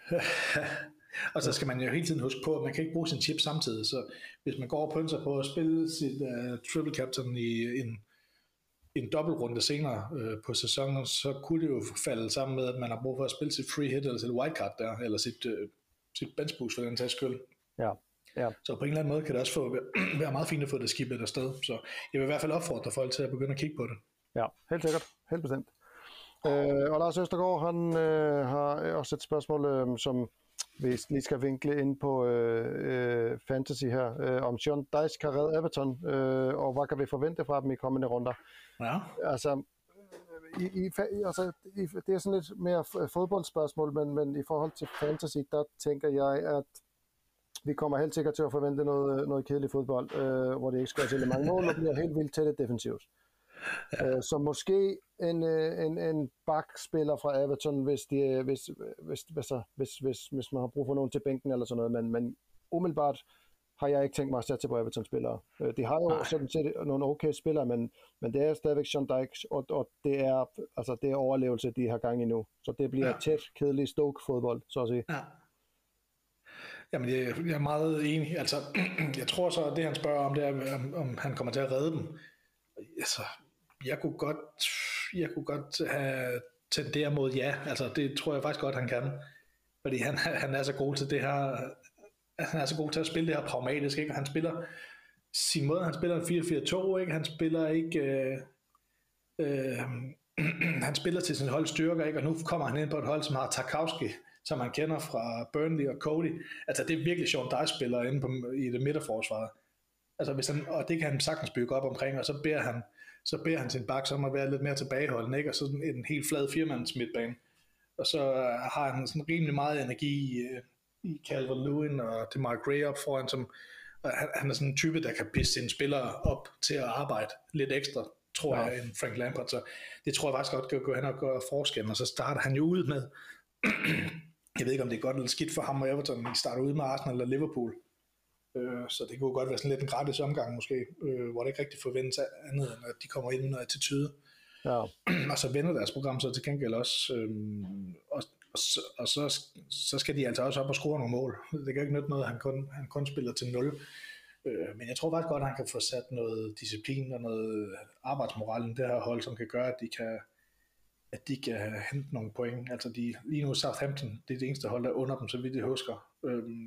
Og så skal man jo hele tiden huske på, at man kan ikke bruge sin chip samtidig, så hvis man går og pønser på at spille sit uh, triple captain i en en dobbeltrunde senere øh, på sæsonen, så kunne det jo falde sammen med, at man har brug for at spille sit free hit eller sit wildcard der, eller sit, øh, sit bench boost for den tages skyld. Ja. Ja. Så på en eller anden måde kan det også få, være meget fint at få det skibet afsted. Så jeg vil i hvert fald opfordre folk til at begynde at kigge på det. Ja, helt sikkert. Helt bestemt. Øh, og Lars Østergaard, han øh, har også et spørgsmål, øh, som vi lige skal vinkle ind på øh, øh, fantasy her, øh, om Sean Dyche kan redde Everton, øh, og hvad kan vi forvente fra dem i kommende runder? Ja. Altså, i, i, altså i, det er sådan lidt mere fodboldspørgsmål, men, men i forhold til fantasy, der tænker jeg, at vi kommer helt sikkert til at forvente noget, noget kedelig fodbold, øh, hvor det ikke skal til mange mål, og bliver helt vildt tæt defensivt. Ja. Øh, så måske en, en, en bakspiller fra Everton, hvis, de, hvis, hvis, hvis, hvis, hvis, hvis man har brug for nogen til bænken eller sådan noget, men, men umiddelbart har jeg ikke tænkt mig at sætte på Everton-spillere. Øh, de har jo Ej. sådan set nogle okay spillere, men, men det er stadigvæk Sean Dyche, og, og det, er, altså, det er overlevelse, de har gang i nu. Så det bliver ja. tæt, kedelig Stoke-fodbold, så at sige. Ja. Jamen, jeg, jeg er meget enig. Altså, jeg tror så, at det han spørger om, det er, om, om han kommer til at redde dem. Altså, jeg kunne godt, jeg kunne godt have tenderet mod ja. Altså, det tror jeg faktisk godt, han kan. Fordi han, han er så god til det her, han er så god til at spille det her pragmatisk, ikke? Og han spiller sin måde, han spiller en fire fire to, ikke? Han spiller ikke, øh, øh, han spiller til sin hold styrker, ikke? Og nu kommer han ind på et hold, som har Tarkowski, som man kender fra Burnley og Cody. Altså, det er virkelig Sean Dyche spiller inde på, i det midterforsvaret. Altså, hvis han, og det kan han sagtens bygge op omkring, og så beder han, så beder han sin bak så om at være lidt mere tilbageholdende, ikke? Og så en helt flad firmands midtbane. Og så har han sådan rimelig meget energi i, i Calvert-Lewin og DeMar Gray op foran, som han, han er sådan en type, der kan pisse sine spillere op til at arbejde lidt ekstra, tror ja. jeg, end Frank Lampard. Så det tror jeg faktisk godt kan gå hen og gøre forskellen, og så starter han jo ud med jeg ved ikke, om det er godt eller skidt for ham og Everton, de starter ud med Arsenal eller Liverpool. Øh, så det kunne godt være sådan lidt en gratis omgang måske, øh, hvor det ikke rigtig forventes andet, end at de kommer ind med noget attitude. Ja. Og så vender deres program så til gengæld også. Øh, og og, så, og så, så skal de altså også op og score nogle mål. Det kan ikke nytte noget, at han kun, han kun spiller til nul. Øh, men jeg tror faktisk godt, at han kan få sat noget disciplin og noget arbejdsmoral i det her hold, som kan gøre, at de kan at de kan hente nogle point. Altså de, lige nu Southampton, det er det eneste hold, der er under dem, så vidt jeg husker. Øhm,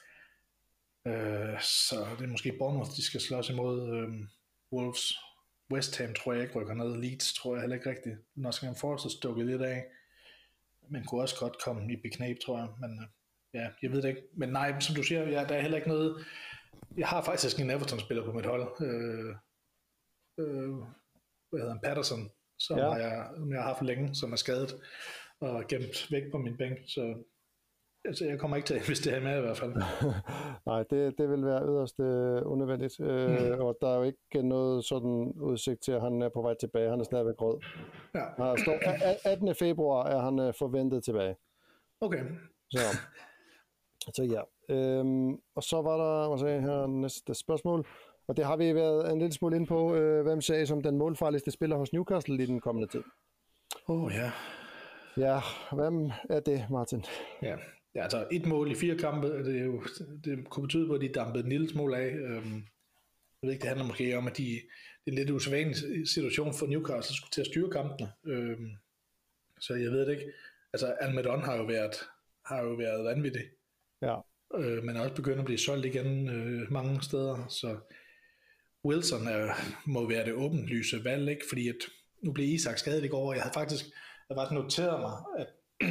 øh, så det er måske Bournemouth, de skal slås imod. Øhm, Wolves, West Ham tror jeg ikke rykker ned. Leeds tror jeg heller ikke rigtigt. Nottingham Forest er stukket lidt af. Men kunne også godt komme i beknæb, tror jeg. Men øh, ja, jeg ved det ikke. Men nej, som du siger, ja, der er heller ikke noget. Jeg har faktisk en Everton-spiller på mit hold. Øh, øh, hvad hedder han? Patterson. Som, ja. jeg, som jeg har haft længe, som er skadet og gemt væk på min bænk, så altså, jeg kommer ikke til at investere med i hvert fald. Nej, det, det vil være yderst øh, unødvendigt, øh, mm. og der er jo ikke noget sådan udsigt til, at han er på vej tilbage. Han er stadigvæk rød. Ja. Han står, attende februar er han øh, forventet tilbage. Okay. Så, så ja. Øhm, og så var der må sige, her næste spørgsmål. Og det har vi været en lille smule inde på, øh, hvem sagde som den målfarligste spiller hos Newcastle i den kommende tid. Åh oh, ja. Ja, hvem er det, Martin? Ja, ja altså et mål i fire kampe, det, er jo, det kunne betyde på, at de dampede en lille smule af. Øhm, jeg ved ikke, det handler måske om, at de, det er en lidt usædvanlig situation for Newcastle skulle til at styre kampene. Øhm, så jeg ved det ikke. Altså Almiron har jo været, har jo været vanvittig. Ja. Øh, men er også begyndt at blive solgt igen øh, mange steder, så Wilson er, må være det åbenlyse valg, ikke? Fordi at, nu blev Isak skadet i går, og jeg havde faktisk, jeg havde noteret mig, at,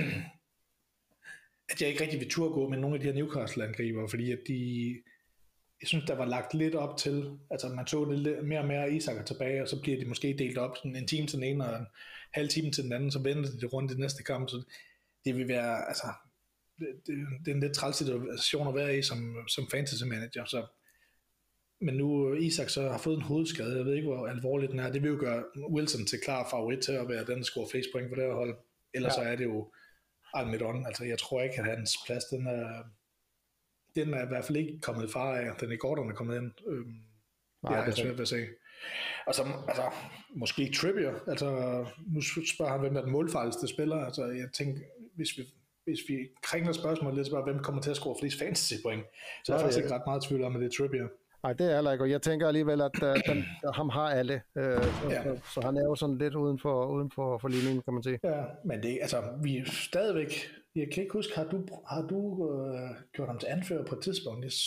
at jeg ikke rigtig vil turde gå med nogle af de her Newcastle-angriber, fordi at de, jeg synes, der var lagt lidt op til, altså man så det lidt mere og mere, Isak er tilbage, og så bliver de måske delt op, sådan en time til den ene, og en halv time til den anden, så venter de rundt i næste kamp, så det vil være, altså, det, det, det er en lidt træls situation at være i som, som fantasy manager, så men nu Isak så har fået en hovedskade, jeg ved ikke, hvor alvorligt den er. Det vil jo gøre Wilson til klar favorit til at være den, der scorer flest point for det her hold. Ellers ja. Så er det jo Almiron. Altså, jeg tror ikke, at hans plads, den er, den er i hvert fald ikke kommet i fare af. Den er Gordon er kommet ind. Øhm, Nej, det er jeg svært ved at se. Og så, altså, måske Trippier. Altså, nu spørger han, hvem er den målfarligste spiller. Altså, jeg tænker, hvis vi, hvis vi kringler spørgsmålet lidt, så bare, hvem kommer til at score flest fantasy point, så er jeg faktisk ikke ret meget tvivl om, at det er Trippier. Nej, det er heller ikke, og jeg tænker alligevel, at uh, den, ham har alle, uh, så, Ja. så, så han er jo sådan lidt uden for, uden for, for ligningen, kan man sige. Ja, men det, altså, vi er stadigvæk, jeg kan ikke huske, har du, har du uh, gjort ham til anfører på et tidspunkt? Yes.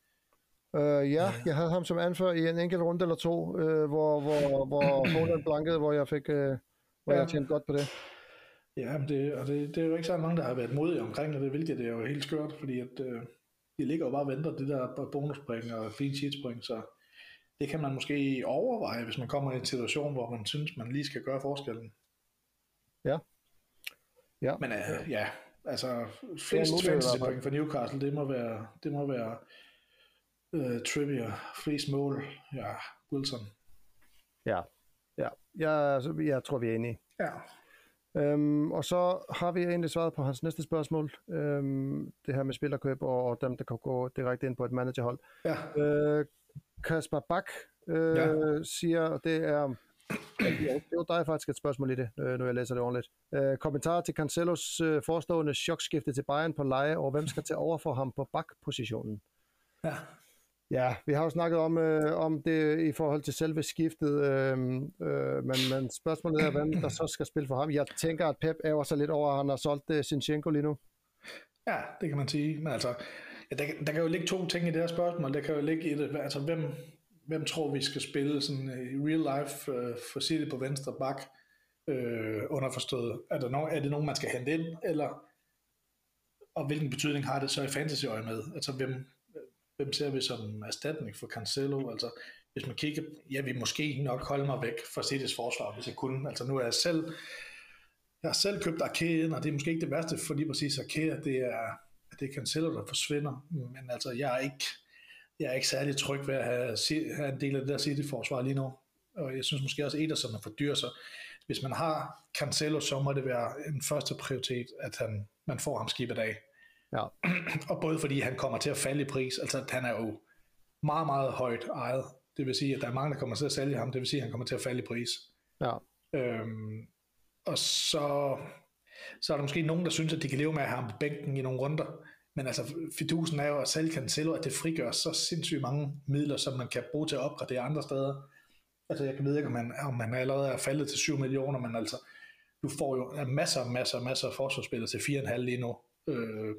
Uh, ja, jeg havde ham som anfører i en enkelt runde eller to, uh, hvor, hvor, hvor Holland blankede, hvor jeg fik, uh, hvor Ja. jeg tjente godt på det. Ja, men det, og det, det er jo ikke så mange, der har været modige omkring det, hvilket det er jo helt skørt, fordi at, uh, de ligger jo bare og venter det der bonuspoint og clean sheets point, så det kan man måske overveje, hvis man kommer i en situation, hvor man synes, man lige skal gøre forskellen. Ja. Ja. Men uh, ja, altså flest fantasy point for Newcastle, det må være, det må være uh, Trippier, flest mål, ja, Wilson. Ja, ja. Jeg, jeg tror, vi er enige. Ja. Øhm, og så har vi egentlig svaret på hans næste spørgsmål. Øhm, det her med spillerkøb og, og dem, der kan gå direkte ind på et managerhold. Ja. Øh, Kasper Bak øh, ja. siger, det er... Det var dig faktisk et spørgsmål i det, øh, nu jeg læser det ordentligt. Øh, kommentar til Cancelos øh, forestående chokskifte til Bayern på leje, og hvem skal tage over for ham på bak-positionen? Ja. Ja, vi har jo snakket om, øh, om det i forhold til selve skiftet, øh, øh, men, men spørgsmålet er, hvem der så skal spille for ham. Jeg tænker, at Pep ærger sig lidt over, at han har solgt uh, Zinchenko lige nu. Ja, det kan man sige. Men altså, ja, der, der kan jo ligge to ting i det her spørgsmål. Der kan jo ligge i det, altså hvem, hvem tror vi skal spille sådan i real life uh, for City på venstre bak, øh, underforstået. Er, der nogen, er det nogen, man skal hente ind, eller og hvilken betydning har det så i fantasy-øje med? Altså hvem, hvem ser vi som erstatning for Cancelo? Altså hvis man kigger, jeg vil måske nok holde mig væk fra Citys forsvar, hvis jeg kunne. Altså nu er jeg selv, jeg har selv købt Ake ind, og det er måske ikke det værste for lige præcis Ake, at det er, at det er Cancelo, der forsvinder. Men altså jeg er ikke, jeg er ikke særlig tryg ved at have, have en del af det der City-forsvar lige nu. Og jeg synes måske også, at Ederson er for dyr, så hvis man har Cancelo, så må det være en første prioritet, at han, man får ham skibet af. Ja. Og både fordi han kommer til at falde i pris, altså han er jo meget, meget højt ejet. Det vil sige, at der er mange, der kommer til at sælge ham, det vil sige, at han kommer til at falde i pris. Ja. Øhm, og så, så er der måske nogen, der synes, at de kan leve med at have ham på bænken i nogle runder. Men altså, fidusen er jo at sælge Cancelo, at det frigør så sindssygt mange midler, som man kan bruge til at opgradere andre steder. Altså jeg ved ikke, om man, om man allerede er faldet til syv millioner, men altså, du får jo masser, masser, masser af forsvarsspillere til fire komma fem lige nu, øh,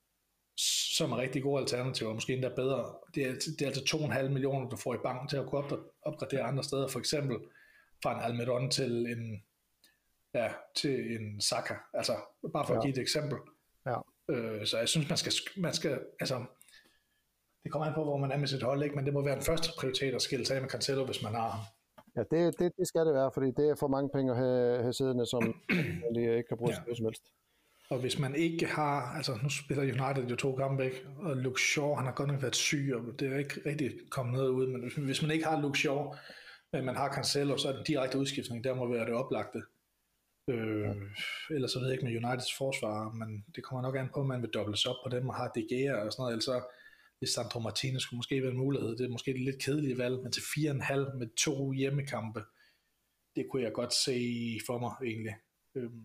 som er rigtig gode alternativer, måske endda bedre. Det er, det er altså to komma fem millioner, du får i banken til at kunne opgradere andre steder, for eksempel fra en Almiron til en, ja, til en Saka, altså bare for ja. at give et eksempel. Ja. Øh, så jeg synes, man skal, man skal, altså, det kommer an på, hvor man er med sit hold, ikke? Men det må være den første prioritet at skille sig af med Cancelo, hvis man har ham. Ja, det, det, det skal det være, fordi det er for mange penge at have, have siddende, som man ikke kan bruge ja. som helst. Og hvis man ikke har, altså nu spiller United jo to kampe væk, og Luke Shaw, han har godt nok været syg, og det er ikke rigtig kommet noget ud, men hvis man ikke har Luke Shaw, men man har Cancelo, så er den direkte udskiftning, der må være det oplagte. Øh, ja. Ellers så ved jeg ikke med Uniteds forsvar, men det kommer nok an på, at man vil dobles op på dem, og har De Gea og sådan noget, ellers så Lisandro Martinez skulle måske være en mulighed. Det er måske et lidt kedeligt valg, men til fire komma fem med to hjemmekampe, det kunne jeg godt se for mig egentlig. Øhm,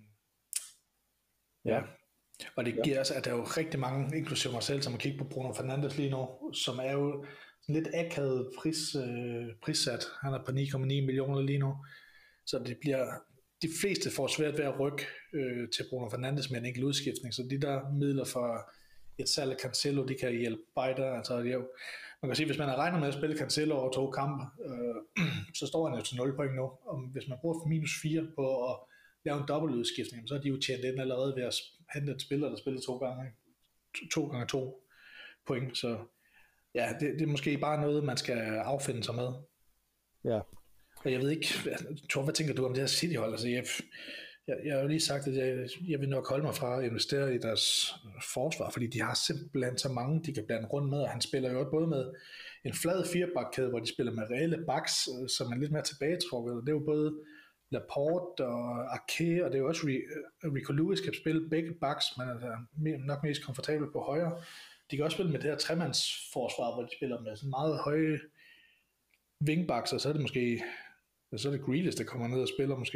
ja. ja. Og det giver ja. altså, at der er jo rigtig mange, inklusive mig selv, som har kigget på Bruno Fernandes lige nu, som er jo lidt akavet pris, øh, prissat. Han er på ni komma ni millioner lige nu. Så det bliver, de fleste får svært ved at rykke øh, til Bruno Fernandes med en enkelt udskiftning. Så de der midler for et salg af Cancelo, de kan hjælpe Bejder. Altså, jo, man kan sige, hvis man har regnet med at spille Cancelo over to kampe, øh, så står han jo til nul point nu. Og hvis man bruger minus fire på at lave en dobbeltudskiftning, så er de jo tjent ind allerede ved at hente en spiller, der spiller to gange. Ikke? To, to gange to point. Så ja, det, det er måske bare noget, man skal affinde sig med. Ja. Og jeg ved ikke, Tor, hvad tænker du om det her City-hold? Altså, jeg, jeg, jeg har jo lige sagt, at jeg, jeg vil nok holde mig fra at investere i deres forsvar, fordi de har simpelthen så mange, de kan blande rundt med, og han spiller jo både med en flad firebakkæde, hvor de spiller med reelle backs, som er lidt mere tilbagetrukket. Det er jo både Laporte og Ake, og det er jo også Rico Lewis kan spille begge backs, men er nok mest komfortabel på højre. De kan også spille med det her tremandsforsvar, hvor de spiller med sådan meget høje wingbacks, og så er det måske, så er det Grealish, der kommer ned og spiller måske.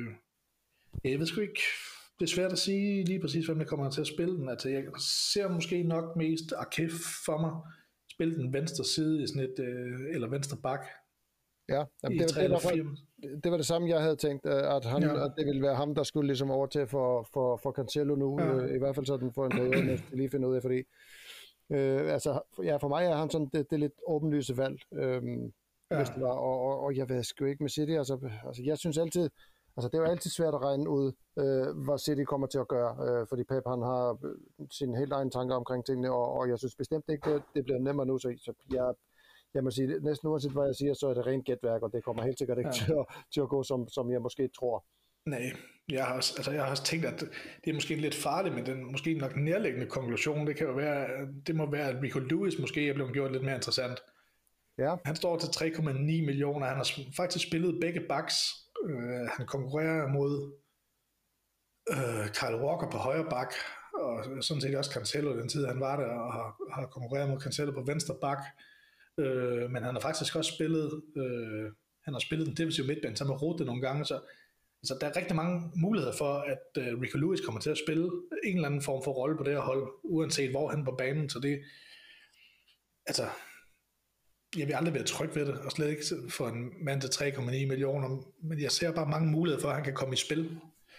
Jeg ved sgu ikke, det er svært at sige lige præcis, hvem der kommer til at spille den. Altså, jeg ser måske nok mest Ake for mig, spille den venstre side i sådan et, øh, eller venstre bak. Ja, jamen, I det, tre det, eller var, fire. det var det samme, jeg havde tænkt, øh, at, han, Ja. at det ville være ham, der skulle ligesom over til for, for, for Cancelo nu, Ja. øh, i hvert fald sådan for en periode, mens vi lige finder ud af, fordi øh, altså, ja, for mig er han sådan, det, det er lidt åbenlyse valg, øh, Ja. hvis det var, og, og, og jeg ved sgu ikke med City, altså, altså jeg synes altid, altså det er jo altid svært at regne ud, øh, hvad City kommer til at gøre, øh, fordi Pep han har sine helt egne tanker omkring tingene, og, og jeg synes bestemt ikke, det, det bliver nemmere nu, så, så jeg Jeg må sige, næsten uanset hvad jeg siger, så er det rent gætværk, og det kommer helt sikkert ikke ja. til, at, til at gå, som, som jeg måske tror. Nej, jeg har, også, altså jeg har også tænkt, at det er måske lidt farligt, men den måske nok nærliggende konklusion, det kan jo være, det må være, at Rico Lewis måske er blevet gjort lidt mere interessant. Ja. Han står til tre komma ni millioner, han har faktisk spillet begge backs, øh, han konkurrerer mod øh, Kyle Walker på højre bak, og sådan set også Cancelo den tid han var der, og har, har konkurreret mod Cancelo på venstre bak. Øh, men han har faktisk også spillet øh, han har spillet den defensive midtbane sammen med Rode nogle gange, så altså, der er rigtig mange muligheder for, at øh, Rico Lewis kommer til at spille en eller anden form for rolle på det her hold, uanset hvor han på banen, så det altså jeg vil aldrig være tryg ved det, og slet ikke for en mand til tre komma ni millioner, men jeg ser bare mange muligheder for, at han kan komme i spil.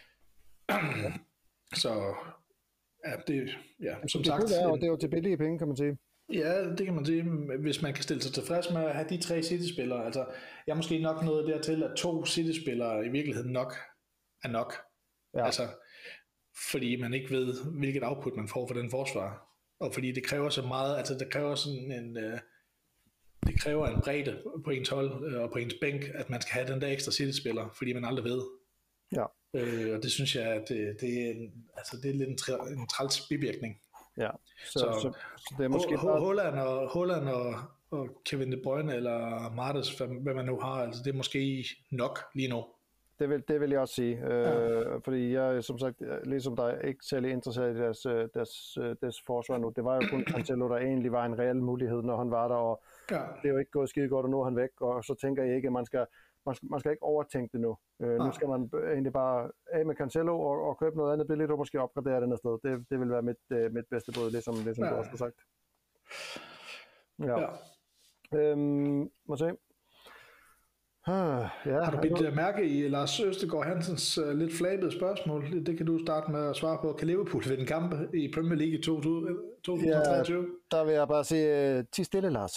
Så ja, det ja, som det sagt, kunne være, og det er jo til billige penge, kan man sige. Ja, det kan man sige, hvis man kan stille sig tilfreds med at have de tre City-spillere. Altså, jeg er måske nok nået dertil, at to City-spillere i virkeligheden nok er nok. Ja. Altså, fordi man ikke ved, hvilket output man får for den forsvar. Og fordi det kræver så meget, altså det kræver sådan en, øh, det kræver en bredde på ens hold øh, og på ens bænk, at man skal have den der ekstra City-spiller, fordi man aldrig ved. Ja. Øh, og det synes jeg, at det, det, er, en, altså, det er lidt en, træ, en træls bivirkning. Ja, så, så, så, så det er måske H- bare... Holland og, Holland og, og Kevin De Bruyne eller Martes, hvad man nu har, altså det er måske nok lige nu. Det vil, det vil jeg også sige, Ja. øh, fordi jeg som sagt, ligesom dig, ikke særlig interesseret i deres, deres, deres forsvar nu. Det var jo kun Cancelo, der egentlig var en reel mulighed, når han var der, og Ja. det er jo ikke gået skide godt, og nu er han væk, og så tænker jeg ikke, at man skal, man skal, man skal ikke overtænke det nu. Øh, nu skal man egentlig bare af med Cancelo og, og købe noget andet billigt, og måske opgradere den sted. Det, det vil være mit, uh, mit bedste bud, ligesom, ligesom ja. du også har sagt. Ja. Ja. Øhm, må se. Ah, ja, Har du bidt det mærke i Lars Østegård Hansens uh, lidt flabede spørgsmål? Det kan du starte med at svare på. Kan Liverpool vinde kampe i Premier League i to tusind treogtyve? Ja, der vil jeg bare sige, uh, ti stille, Lars.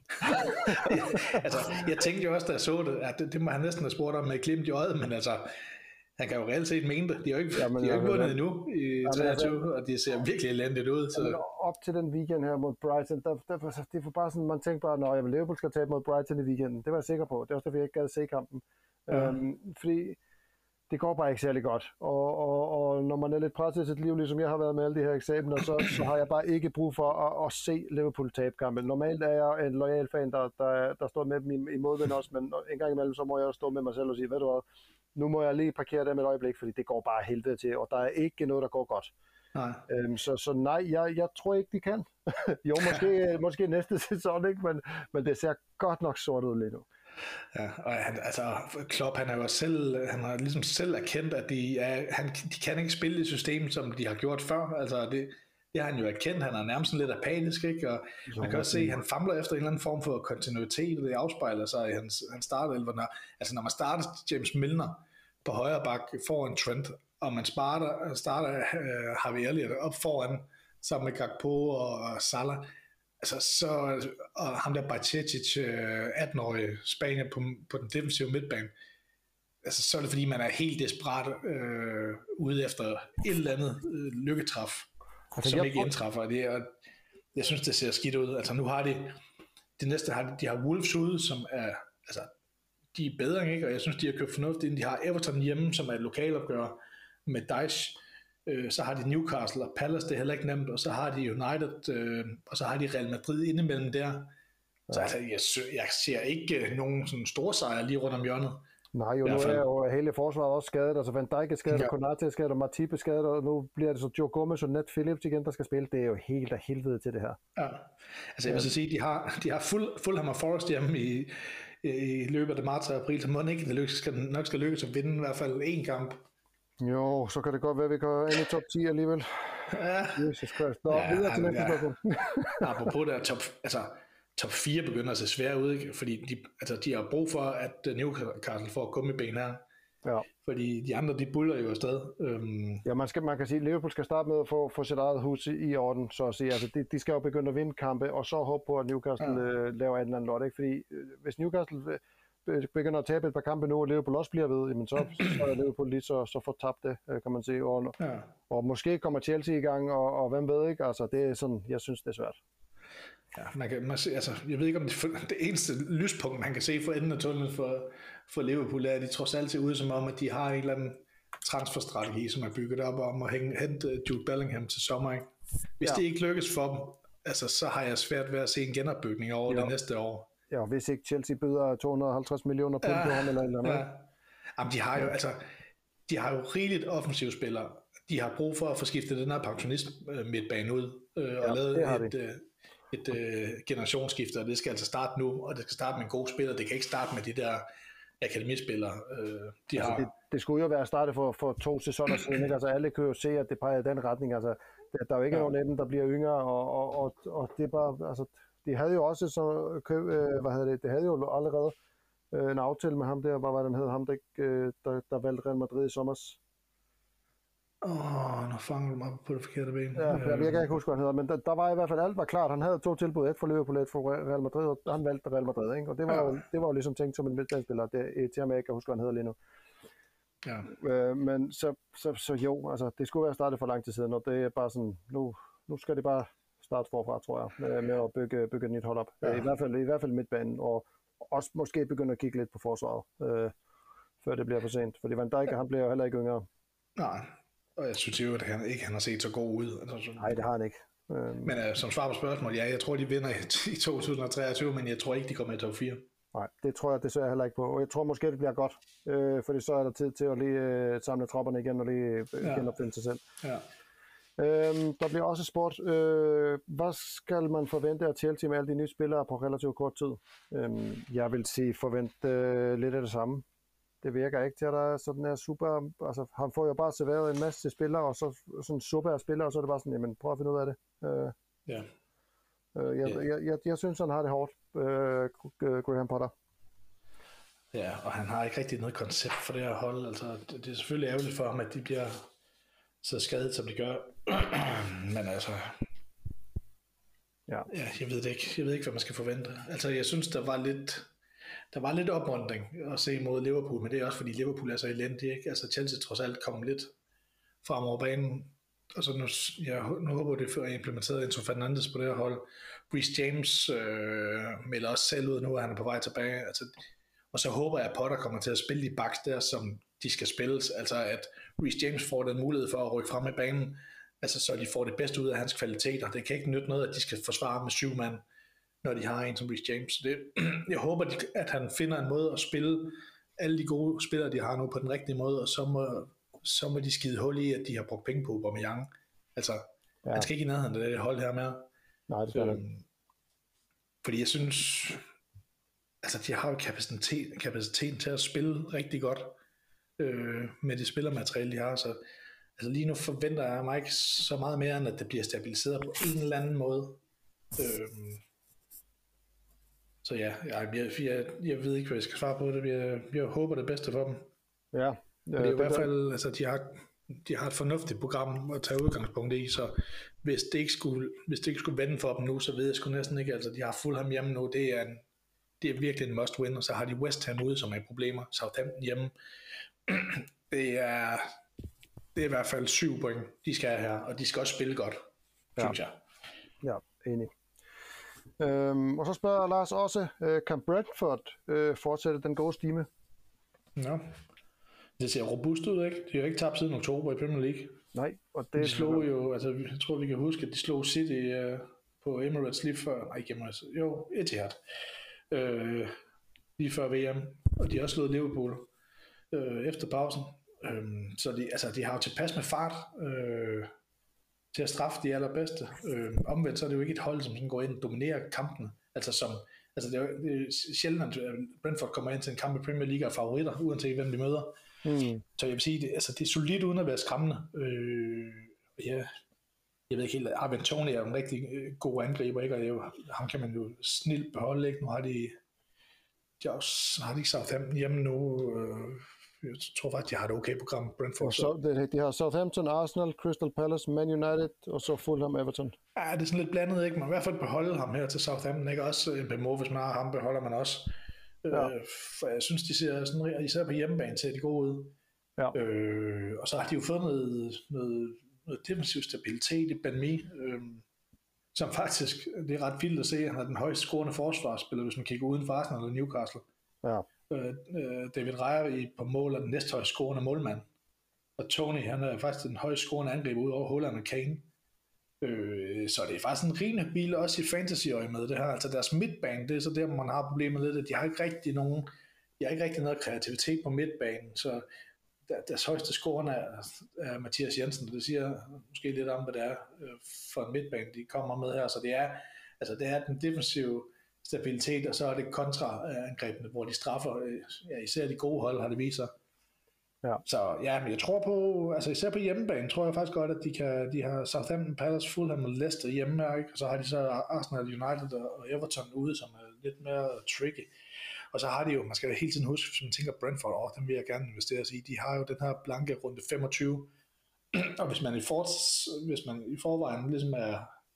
altså, jeg tænkte jo også, da jeg så det, at det, det må han næsten have spurgt om med glimt i øjet, men altså, han kan jo reelt set mene det. De har jo ikke, Jamen, de har ikke jamen, vundet endnu i treogtyve, og de ser virkelig elendigt ud. Så. Jamen, op til den weekend her mod Brighton, der, der, der, det var bare sådan, man tænkte bare, når jeg vil Liverpool skal tabe mod Brighton i weekenden. Det var jeg sikker på. Det var også derfor, jeg ikke gad se kampen. Ja. Øhm, fordi det går bare ikke særlig godt. Og, og, og når man er lidt presset i sit liv, ligesom jeg har været med alle de her eksamener, så, så har jeg bare ikke brug for at, at se Liverpool tabe kampen. Normalt er jeg en loyal fan, der, der, der står med dem i, i modvind også, men en gang imellem, så må jeg også stå med mig selv og sige, ved du hvad, nu må jeg lige parkere dem et øjeblik, fordi det går bare helvede til, og der er ikke noget, der går godt. Nej. Øhm, så, så nej, jeg, jeg tror ikke, de kan. jo, måske, måske næste sæson, ikke? Men, men det ser godt nok sort ud lige nu. Ja, og han, altså Klopp, han har jo selv, han har ligesom selv erkendt, at de, er, han, de kan ikke spille i systemet, som de har gjort før. Altså det, det har han jo erkendt. Han er nærmest lidt apatisk, ikke? Og jo, man kan også se, at han famler efter en eller anden form for kontinuitet, og det afspejler sig i hans, hans startelver. Når, altså når man starter James Milner på højre bak foran Trent, og man starter, starter uh, Harvey Elliott op foran sammen med Gakpo og Salah, altså så, og ham der Bajcetic, atten-årige Spanier på, på den defensive midtbane, altså så er det fordi, man er helt desperat øh, ude efter et eller andet øh, lykketræf, altså, som ikke indtræffer. Det er, jeg synes, det ser skidt ud. Altså nu har de, det næste har de, de har Wolves ude, som er, altså de er bedre, ikke? Og jeg synes, de har købt fornuftigt. De har Everton hjemme, som er et lokalopgør med Daesh. Så har de Newcastle og Palace, det er heller ikke nemt, og så har de United, øh, og så har de Real Madrid indimellem der. Så altså, jeg, jeg ser ikke nogen sådan store sejre lige rundt om hjørnet. Nej, jo, nu er jo hele forsvaret også skadet, altså Van Dijk er skadet, ja. Konate er skadet, og Matip er skadet, og nu bliver det så Joe Gomez og Nat Phillips igen, der skal spille. Det er jo helt af helvede til det her. Ja, altså jeg vil så sige, de har, de har fuld, Fulham og Forest hjemme i, i løbet af marts og april, så må den ikke det lykkes, skal, nok skal lykkes at vinde i hvert fald én kamp. Jo, så kan det godt være, at vi kan ind i top ti alligevel. Ja. Jesus Christ. Nå, ja, videre til næste spørgsmål. Apropos der top, altså, top fire begynder at se svære ud, ikke? Fordi de, altså, de har brug for, at Newcastle får gummiben her. Ja. Fordi de andre, de buller jo afsted. Øhm. Ja, man, skal, man kan sige, at Liverpool skal starte med at få, få sit eget hus i, i orden, så at sige. Altså, de, de skal jo begynde at vinde kampe, og så håbe på, at Newcastle ja. øh, laver et eller andet lort, ikke? Fordi øh, hvis Newcastle øh, begynder at tabe et par kampe nu, og Liverpool også bliver ved, jamen så, så er Liverpool lige så, så fortabt det, øh, kan man sige. Og, ja. og måske kommer Chelsea i gang, og, og hvem ved, ikke? Altså, det er sådan, jeg synes, det er svært. Ja, man kan, man se, altså, jeg ved ikke, om det, det eneste lyspunkt, man kan se for enden af tunnelen for, for Liverpool, er, at de trods alt ser ud som om, at de har en eller anden transferstrategi, som er bygget op om at hænge, hente Jude Bellingham til sommer. Ikke? Hvis ja. det ikke lykkes for dem, altså, så har jeg svært ved at se en genopbygning over ja. det næste år. Ja, hvis ikke Chelsea byder to hundrede og halvtreds millioner pund på ham eller eller andet. Ja. Jamen, de har jo, altså, de har jo rigeligt offensive spillere. De har brug for at få skiftet den her pensionist midtbane ud, øh, og ja, lavet et... Øh, et øh, generationsskifte, og det skal altså starte nu, og det skal starte med en god spiller. Det kan ikke starte med de der akademispillere, øh, de altså, har. Det, det skulle jo være startet for, for to sæsoner siden, ikke? Altså alle kan jo se, at det peger i den retning. Altså, der, der er jo ikke ja. nogen af dem, der bliver yngre, og, og, og, og det er bare, altså, de havde jo også så, køb, øh, hvad hedder det, det havde jo allerede øh, en aftale med ham der, hvad var den hed, ham der, øh, der, der valgte Real Madrid i sommers. Åh, oh, nu fanger du mig på det forkerte ben. Ja, jeg, jeg kan ikke huske, hvad han hedder, men der, der var i hvert fald alt var klart. Han havde to tilbud, et for Liverpool, et for Real Madrid, og han valgte Real Madrid, ikke? Og det var, ja. jo, det var jo ligesom tænkt som en midtbanespiller. Det er til ham, jeg ikke kan huske, hvad han hedder lige nu. Ja. Øh, men så, så, så jo, altså, det skulle være startet for lang tid siden, og det er bare sådan, nu, nu skal det bare starte forfra, tror jeg, med, med at bygge, bygge et nyt hold op. Ja. I hvert fald, i hvert fald midtbanen, og også måske begynde at kigge lidt på forsvaret, øh, før det bliver for sent. Fordi Van Dijk, ja. han bliver jo heller ikke yngre. Nej. Og jeg synes jo, at han ikke han har set så god ud. Altså, Nej, det har han ikke. Øhm. Men uh, som svar på spørgsmål, ja, jeg tror, de vinder i to tusind og treogtyve, men jeg tror ikke, de kommer i top fire. Nej, det tror jeg desværre heller ikke på. Og jeg tror måske, det bliver godt, øh, fordi så er der tid til at lige øh, samle tropperne igen og lige øh, ja. genopfinde sig selv. Ja. Øhm, der bliver også spurgt, øh, hvad skal man forvente af Chelsea med alle de nye spillere på relativt kort tid? Øhm, jeg vil sige, forvente øh, lidt af det samme. Det virker ikke til, at der er sådan her super... Altså, han får jo bare serveret en masse spillere, og så sådan super spillere, og så er det bare sådan, jamen, prøv at finde ud af det. Øh, ja. øh, jeg, ja. Jeg, jeg, jeg synes, han har det hårdt, øh, Graham Potter. Ja, og han har ikke rigtig noget koncept for det her hold. Altså, det, det er selvfølgelig ærgerligt for ham, at de bliver så skadet, som de gør. Men altså... Ja. ja, jeg ved det ikke. Jeg ved ikke, hvad man skal forvente. Altså, jeg synes, der var lidt... Der var lidt opmuntring at se mod Liverpool, men det er også fordi Liverpool er så elendig, ikke? Altså Chelsea trods alt kom lidt frem over banen, og så nu, jeg, nu håber det får implementeret Enzo Fernandes på det her hold. Reece James øh, melder også selv ud nu, at han er på vej tilbage, altså, og så håber jeg, at Potter kommer til at spille de backs der, som de skal spilles, altså at Reece James får den mulighed for at rykke frem i banen, altså så de får det bedste ud af hans kvaliteter. Det kan ikke nytte noget, at de skal forsvare med syv mand, når de har en som Reece James. Det, jeg håber, at han finder en måde at spille alle de gode spillere, de har nu, på den rigtige måde, og så må, så må de skide hul i, at de har brugt penge på Aubameyang. Altså, ja. Han skal ikke i nærheden af det hold her mere. Nej, det skal øhm, ikke. Fordi jeg synes, altså de har jo kapacitet, kapaciteten til at spille rigtig godt øh, med det spillermateriale, de har. Så altså lige nu forventer jeg mig ikke så meget mere, end at det bliver stabiliseret på en eller anden måde. Øhm, Så ja, jeg, jeg, jeg, jeg ved ikke, hvad jeg skal svare på det. Jeg, jeg håber det bedste for dem. Ja. Øh, det er i hvert fald, altså, de har, de har et fornuftigt program at tage udgangspunkt i, så hvis det ikke skulle, hvis det ikke skulle vende for dem nu, så ved jeg sgu næsten ikke. Altså, de har Fulham hjemme nu, det er, en, det er virkelig en must win, og så har de West Ham ude, som er problemer. Southampton hjemme. Det er, det er i hvert fald syv point, de skal have her, og de skal også spille godt, ja. synes jeg. Ja, enig. Øhm, og så spørger Lars også, øh, kan Brentford øh, fortsætte den gode stime? Ja, det ser robust ud, ikke? De har ikke tabt siden oktober i Premier League. Nej, og det... De slog jo, altså jeg tror vi kan huske, at de slog City uh, på Emirates lige før, nej ikke Emirates, jo, Etihad, uh, lige før V M, og de har også slået Liverpool uh, efter pausen. Um, så de, altså, de har jo tilpas med fart, uh, til at straffe de allerbedste. Øh, omvendt så er det jo ikke et hold, som sådan går ind og dominerer kampene. Altså, som, altså det, er jo, det er sjældent, at Brentford kommer ind til en kamp i Premier League og favoritter, uanset hvem de møder. Mm. Så jeg vil sige, det, altså, det er solidt uden at være skræmmende. Øh, ja, jeg ved ikke helt, Arben Tony er en rigtig god angriber, ikke? Og jo, ham kan man jo snilt beholde, ikke? Nu har de, de har, også, har de ikke Southampton hjemme nu, øh, jeg tror faktisk, de har et okay program, Brentford. Så de, de har Southampton, Arsenal, Crystal Palace, Man United, og så Fulham, Everton. Ja, det er sådan lidt blandet, ikke? Man i hvert fald beholde ham her til Southampton, ikke? Også en Bemo, hvis man har ham, beholder man også. Ja. Øh, for jeg synes, de ser sådan, især på hjemmebane, ser de gode ud. Ja. Øh, og så har de jo fået noget, noget, noget defensiv stabilitet i Ben Mee, øh, som faktisk, det er ret vildt at se, han er den højst scorende forsvarsspiller, hvis man kigger uden for Arsenal eller Newcastle. Ja. Øh, David Raya i på mål er den næsthøjst scorende målmand. Og Tony, han er faktisk den højst scorende angriber ud over Holland og Kane. Øh, så det er faktisk en rimelig bil også i fantasy-øje med det her. Altså deres midtbane, det er så der, man har problemer med det. De har ikke rigtig nogen, de har ikke rigtig noget kreativitet på midtbanen, så der, deres højeste scorende er, er Mathias Jensen, og det siger måske lidt om, hvad det er øh, for en midtbane, de kommer med her. Så det er, altså det er den defensive stabilitet, og så er det kontraangrebene, hvor de straffer, ja, især de gode hold, har det vist sig. Ja. Så ja, men jeg tror på, altså især på hjemmebane, tror jeg faktisk godt, at de kan, de har Southampton, Palace, Fulham og Leicester hjemme, ikke? Og så har de så Arsenal, United og Everton ude, som er lidt mere tricky. Og så har de jo, man skal hele tiden huske, hvis man tænker Brentford, åh, dem vil jeg gerne investere i, de har jo den her blanke runde femogtyve, og hvis man i, for, hvis man i forvejen ligesom er,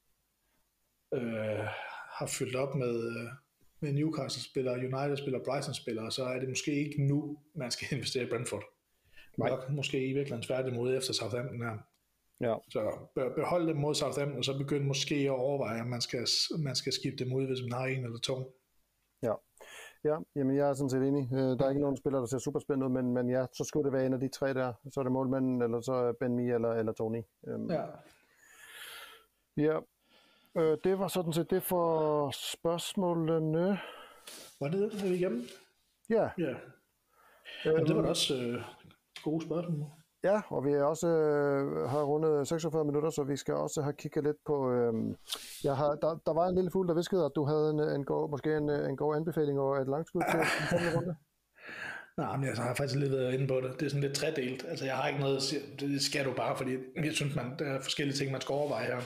øh, har fyldt op med, med Newcastle-spillere, United-spillere, Brighton-spillere, så er det måske ikke nu, man skal investere i Brentford. Nok måske i virkeligheden svært mod efter Southampton her. Ja. Så behold dem mod Southampton, og så begynd måske at overveje, at man skal, man skal skifte dem ud, hvis man har en eller to. Ja, ja, jamen jeg er sådan set enig. Der er ikke nogen spillere, der ser super spændende ud, men, men ja, så skulle det være en af de tre der. Så er det målmanden, eller så er Ben Mee eller, eller Tony. Um, ja. Ja, øh, det var sådan set det for spørgsmålene. Var det det? Er vi igennem? Ja. Ja. Jamen, det var da også øh, gode spørgsmål. Ja, og vi er også øh, har rundet seksogfyrre minutter, så vi skal også have kigget lidt på... Øh, jeg har, der, der var en lille fugl, der viskede, at du havde en, en god, måske en, en god anbefaling og et langskud til den kommende runde. Nej, men jeg har faktisk lidt været inde på det. Det er sådan lidt tredelt. Altså, jeg har ikke noget at sige. Det skal du bare, fordi jeg synes, man, der er forskellige ting, man skal overveje her.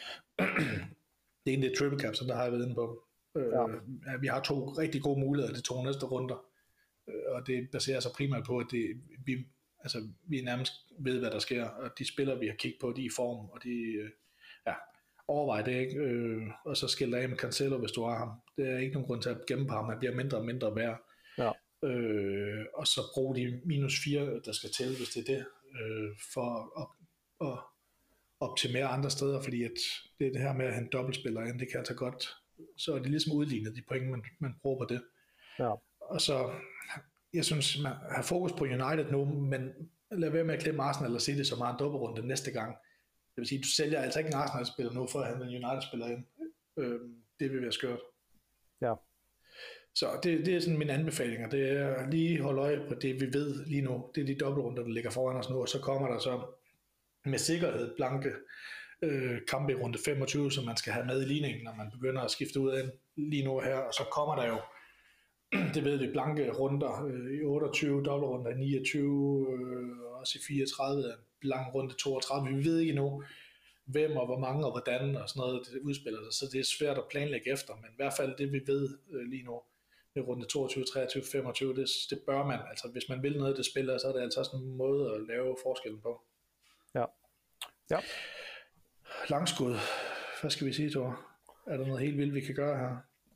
Det ene, det er triple cap, som der har jeg været inde på. Ja. Øh, vi har to rigtig gode muligheder de to næste runder. Og det baserer sig primært på, at det, vi, altså, vi nærmest ved, hvad der sker, og de spillere, vi har kigget på, de er i form, og de ja, overvejer det ikke, øh, og så skiller af med Cancelo, hvis du har ham. Det er ikke nogen grund til at gemme på ham, han bliver mindre og mindre værd. Ja. Øh, og så bruge de minus fire, der skal til, hvis det er det, øh, for at, at optimere andre steder, fordi at det er det her med at have en dobbeltspiller ind, det kan altså godt, så er det ligesom udlignet de point, man, man bruger på det. Ja. Og så, jeg synes, man har fokus på United nu, men lad være med at klemme Arsenal eller City, som har en dobbeltrunde næste gang. Det vil sige, du sælger altså ikke en Arsenal-spiller nu, for at have en United-spiller ind. Øh, det vil være skørt. Ja. Så det, det er sådan mine anbefalinger. Det er lige holde øje på det, vi ved lige nu. Det er de dobbeltrunder, der ligger foran os nu, og så kommer der så med sikkerhed blanke øh, kampe i runde femogtyve, som man skal have med i ligningen, når man begynder at skifte ud af lige nu her, og så kommer der jo det ved vi, blanke runder øh, i otteogtyve, dobbeltrunder i niogtyve, øh, også i fireogtredive, en blank runde toogtredive. Vi ved ikke endnu, hvem og hvor mange og hvordan og sådan noget det udspiller sig, så det er svært at planlægge efter, men i hvert fald det vi ved øh, lige nu i runde toogtyve, treogtyve, femogtyve, det, det bør man, altså hvis man vil noget af det spiller, så er det altså sådan en måde at lave forskellen på. Ja. Ja. Langskud, hvad skal vi sige, Thor? Er der noget helt vildt, vi kan gøre her?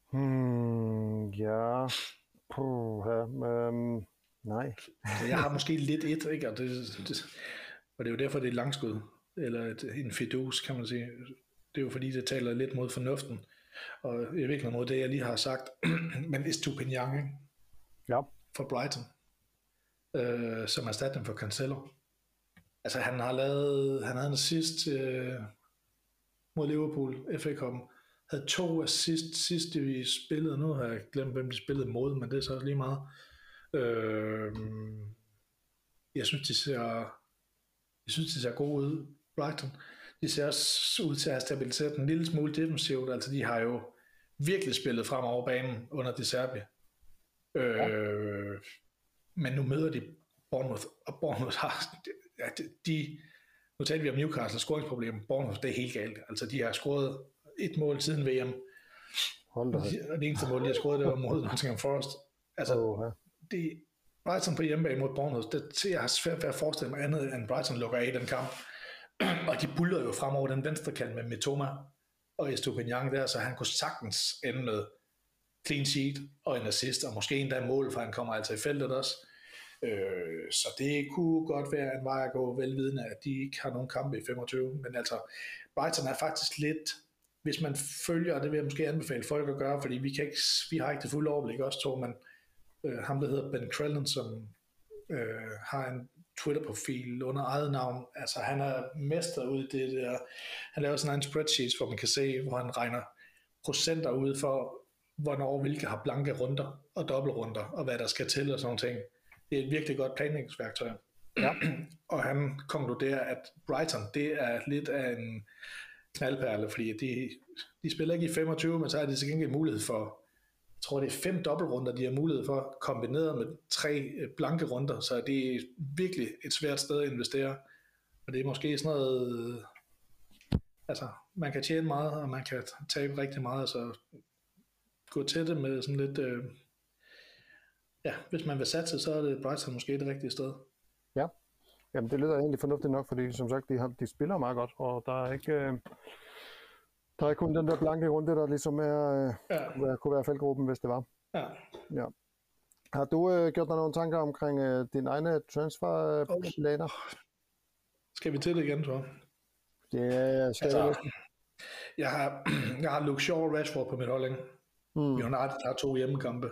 Hmm, ja, puh, ja, um, nej. Jeg har måske lidt et, ikke? Og det, det, og det er jo derfor, det er et langskud, eller et, en fidus, kan man sige. Det er jo fordi, det taler lidt mod fornuften, og i virkeligheden mod det, jeg lige har sagt. Men Estupiñán, ikke? Ja. For Brighton, øh, som erstatning for Cancelo. Altså, han har lavet, han havde en assist øh, mod Liverpool, F A-cupen, havde to assist sidst vi spillede, nu har jeg glemt, hvem de spillede mod, men det er så også lige meget. Øh, jeg synes, de ser jeg synes, de ser gode ud, Brighton. De ser også ud til at have stabiliseret en lille smule defensivt, altså de har jo virkelig spillet frem over banen under De Zerbi. Øh, ja. Men nu møder de Bournemouth, og Bournemouth har, ja, de, nu talte vi om Newcastle scoringsproblemer. Bournemouth, det er helt galt. Altså, de har scoret et mål siden V M. Hold da. Og det eneste mål, de har scoret, det var mod Nottingham Forest. Altså, oh, ja. det, Brighton på hjemmebane mod Bournemouth, det jeg har svært ved at forestille mig andet, end Brighton lukker af i den kamp. Og de buller jo frem over den venstre kant med Mitoma og Estupiñán der, så han kunne sagtens ende med clean sheet og en assist, og måske endda mål, for han kommer altså i feltet også. Øh, så det kunne godt være en vej at gå, velvidende, at de ikke har nogen kampe i femogtyve. Men altså, Brighton er faktisk lidt, hvis man følger, og det vil jeg måske anbefale folk at gøre, fordi vi, kan ikke, vi har ikke det fulde overblik også to, men øh, ham der hedder Ben Crellin, som øh, har en Twitter-profil under eget navn, altså han er mester ud i det der, han laver sådan en spreadsheet, hvor man kan se, hvor han regner procenter ud for, hvornår hvilke har blanke runder og dobbeltrunder, og hvad der skal til og sådan nogle ting. Det er et virkelig godt planlægningsværktøj. Ja. Og han konkluderer, at Brighton, det er lidt af en knaldperle, fordi de, de spiller ikke i femogtyve, men så har de til gengæld mulighed for, jeg tror det er fem dobbeltrunder, de har mulighed for, kombineret med tre blanke runder, så det er virkelig et svært sted at investere. Og det er måske sådan noget, altså man kan tjene meget, og man kan tabe rigtig meget, så gå til det med sådan lidt, øh, ja, hvis man vil satse, så er det Brighton måske det rigtige sted. Ja, jamen det lyder egentlig fornuftigt nok, fordi som sagt, de, har, de spiller meget godt, og der er ikke, øh, der er kun den der blanke runde, der ligesom er, øh, ja. kunne være faldgruppen, hvis det var. Ja. Ja. Har du øh, gjort dig nogle tanker omkring øh, dine egne transferplaner? Oh. Skal vi til det igen, tror jeg? Det skal altså, jeg jeg har, jeg har Luke Shaw og Rashford på mit hold, ikke? Mm. Vi har, har to hjemmekampe.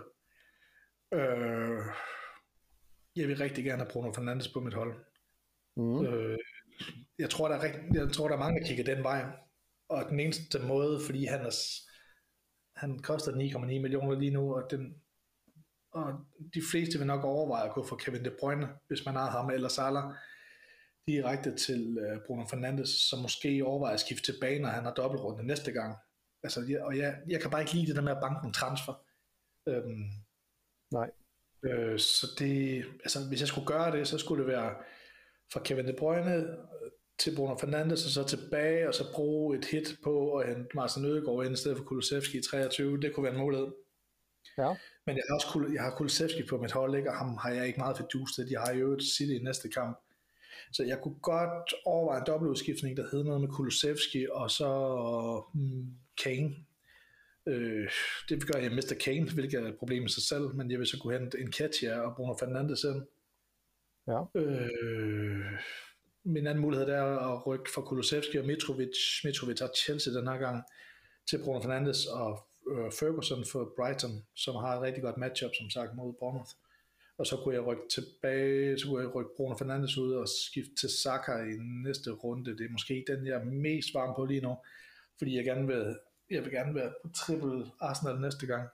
Øh, jeg vil rigtig gerne have Bruno Fernandes på mit hold. Mm. Øh, jeg, tror, der er rigtig, jeg tror, der er mange, der kigger den vej. Og den eneste måde, fordi han, er, han koster ni komma ni millioner lige nu, og, den, og de fleste vil nok overveje at gå for Kevin De Bruyne, hvis man har ham eller Salah, direkte til uh, Bruno Fernandes, som måske overvejer at skifte tilbage, når han har dobbeltrunde næste gang. Altså, jeg, og jeg, jeg kan bare ikke lide det der med at banke en transfer. Øhm, Nej. Øh, så det, altså hvis jeg skulle gøre det, så skulle det være fra Kevin De Bruyne til Bruno Fernandes, og så tilbage, og så bruge et hit på at hente Martin Ødegaard ind i stedet for Kulusevski i treogtyve. Det kunne være en mulighed. Ja. Men jeg har også jeg har Kulusevski på mit hold, ikke? Og ham har jeg ikke meget fordust til. De har jo et City i næste kamp. Så jeg kunne godt overveje en dobbeltudskiftning, der hedder noget med Kulusevski og så hmm, Kane. Øh, det gør jeg mister Kane, hvilket er et problem i sig selv, men jeg vil så kunne hente Nketiah og Bruno Fernandes ind. Ja. Øh, min anden mulighed er at rykke fra Kulusevski og Mitrovic. Mitrovic har Chelsea den her gang til Bruno Fernandes og øh, Ferguson for Brighton, som har et rigtig godt matchup, som sagt, mod Bournemouth. Og så kunne jeg rykke tilbage, så kunne jeg rykke Bruno Fernandes ud og skifte til Saka i næste runde. Det er måske den, jeg er mest varm på lige nu, fordi jeg gerne vil Jeg vil gerne være på triple Arsenal næste gang.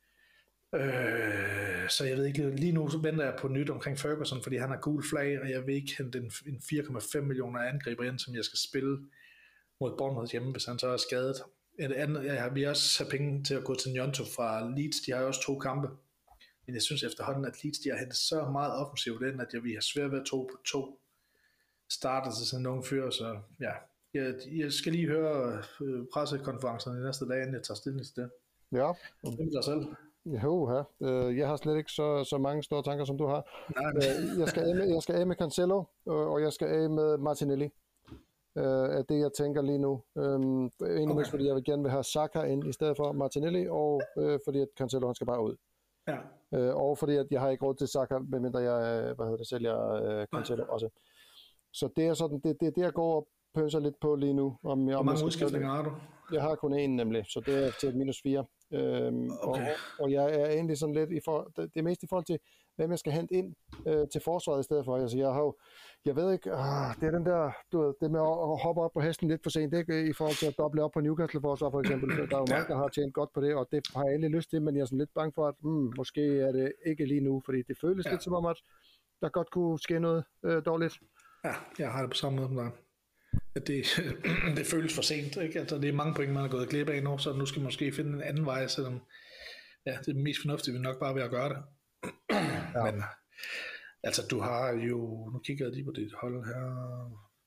Øh, så jeg ved ikke, lige nu så venter jeg på nyt omkring Ferguson, fordi han har gul flag, og jeg vil ikke hente en, en fire komma fem millioner angriber ind, som jeg skal spille mod Bournemouth hjemme, hvis han så er skadet. Et andet, jeg vil også have penge til at gå til Gnonto fra Leeds, de har jo også to kampe. Men jeg synes efterhånden, at Leeds de har hentet så meget offensivt ind, at jeg vil have svært ved at tro på to starter til sådan nogle fyr, så ja. Jeg, jeg skal lige høre øh, pressekonferencerne i næste dag, inden jeg tager stilling til det. Ja. Det er dig selv. Jo, ja. Jeg har slet ikke så, så mange store tanker, som du har. Nej. Jeg skal af med, jeg skal af med Cancelo, og jeg skal af med Martinelli. Uh, er det, jeg tænker lige nu. Um, egentlig okay. Fordi jeg vil gerne vil have Saka ind i stedet for Martinelli, og uh, fordi at Cancelo han skal bare ud. Ja. Uh, og fordi at jeg har ikke råd til Saka, medmindre jeg hvad hedder det, sælger uh, Cancelo også. Så det er sådan, det, det er det, jeg går og pøser lidt på lige nu. Om jeg, Hvor mange udskiftninger har du? Jeg har kun én nemlig, så det er til minus fire. Øhm, okay. og, og jeg er egentlig sådan lidt i for, det, det er mest i forhold til, hvem jeg skal hente ind øh, til forsvaret i stedet for. Altså jeg har jo, jeg ved ikke, ah, det er den der, du ved, det med at, at hoppe op på hesten lidt for sent, ikke? I forhold til at doble op på Newcastle-forsvar for eksempel. Der er jo mange, der har tjent godt på det, og det har jeg egentlig lyst til, men jeg er sådan lidt bange for, at hmm, måske er det ikke lige nu, fordi det føles ja. lidt som om, at der godt kunne ske noget øh, dårligt. Ja, jeg har det på samme måde som dig. At det, det føles for sent, ikke? Altså, det er mange point, man har gået glip af nu, så nu skal man måske finde en anden vej, selvom ja, det er mest fornuftige, vi nok bare ved at gøre det. Ja. Men altså, du har jo, nu kigger jeg lige på dit hold her,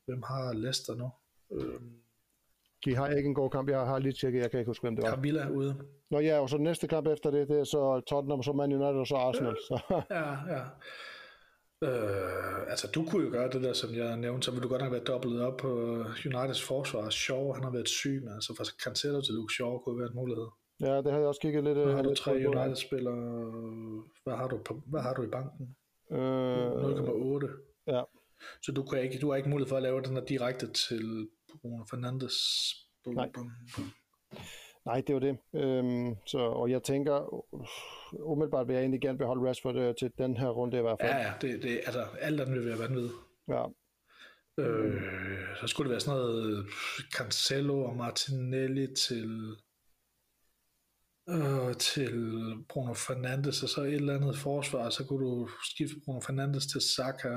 Hvem har Leicester nu? Øh, De har ikke en god kamp. Jeg har lige tjekket, jeg kan ikke huske, hvem det var. Villa ude. Nå ja, og så næste kamp efter det, det er så Tottenham, så Man United og så Arsenal. Så. Ja, ja. Øh, altså, du kunne jo gøre det der, som jeg nævnte, så ville du godt have været dobbelt op på Uniteds forsvar. Shaw, han har været syg, men altså fra Cancelo til Luke Shaw kunne være en mulighed. Ja, det har jeg også kigget lidt. Nu har du lidt tre United-spillere. Hvad har du, på, hvad har du i banken? Øh, nul komma otte. Ja. Så du, kan ikke, du har ikke mulighed for at lave den der direkte til Bruno Fernandes. Nej. Nej, det var det. Øhm, så, og jeg tænker, umiddelbart vil jeg egentlig gerne beholde Rashford øh, til den her runde i hvert fald. Ja, ja, det, det, altså alt andet vil være vanvittigt. Ja. Øh, så skulle det være sådan noget Cancelo og Martinelli til øh, til Bruno Fernandes, og så et eller andet forsvar, så kunne du skifte Bruno Fernandes til Saka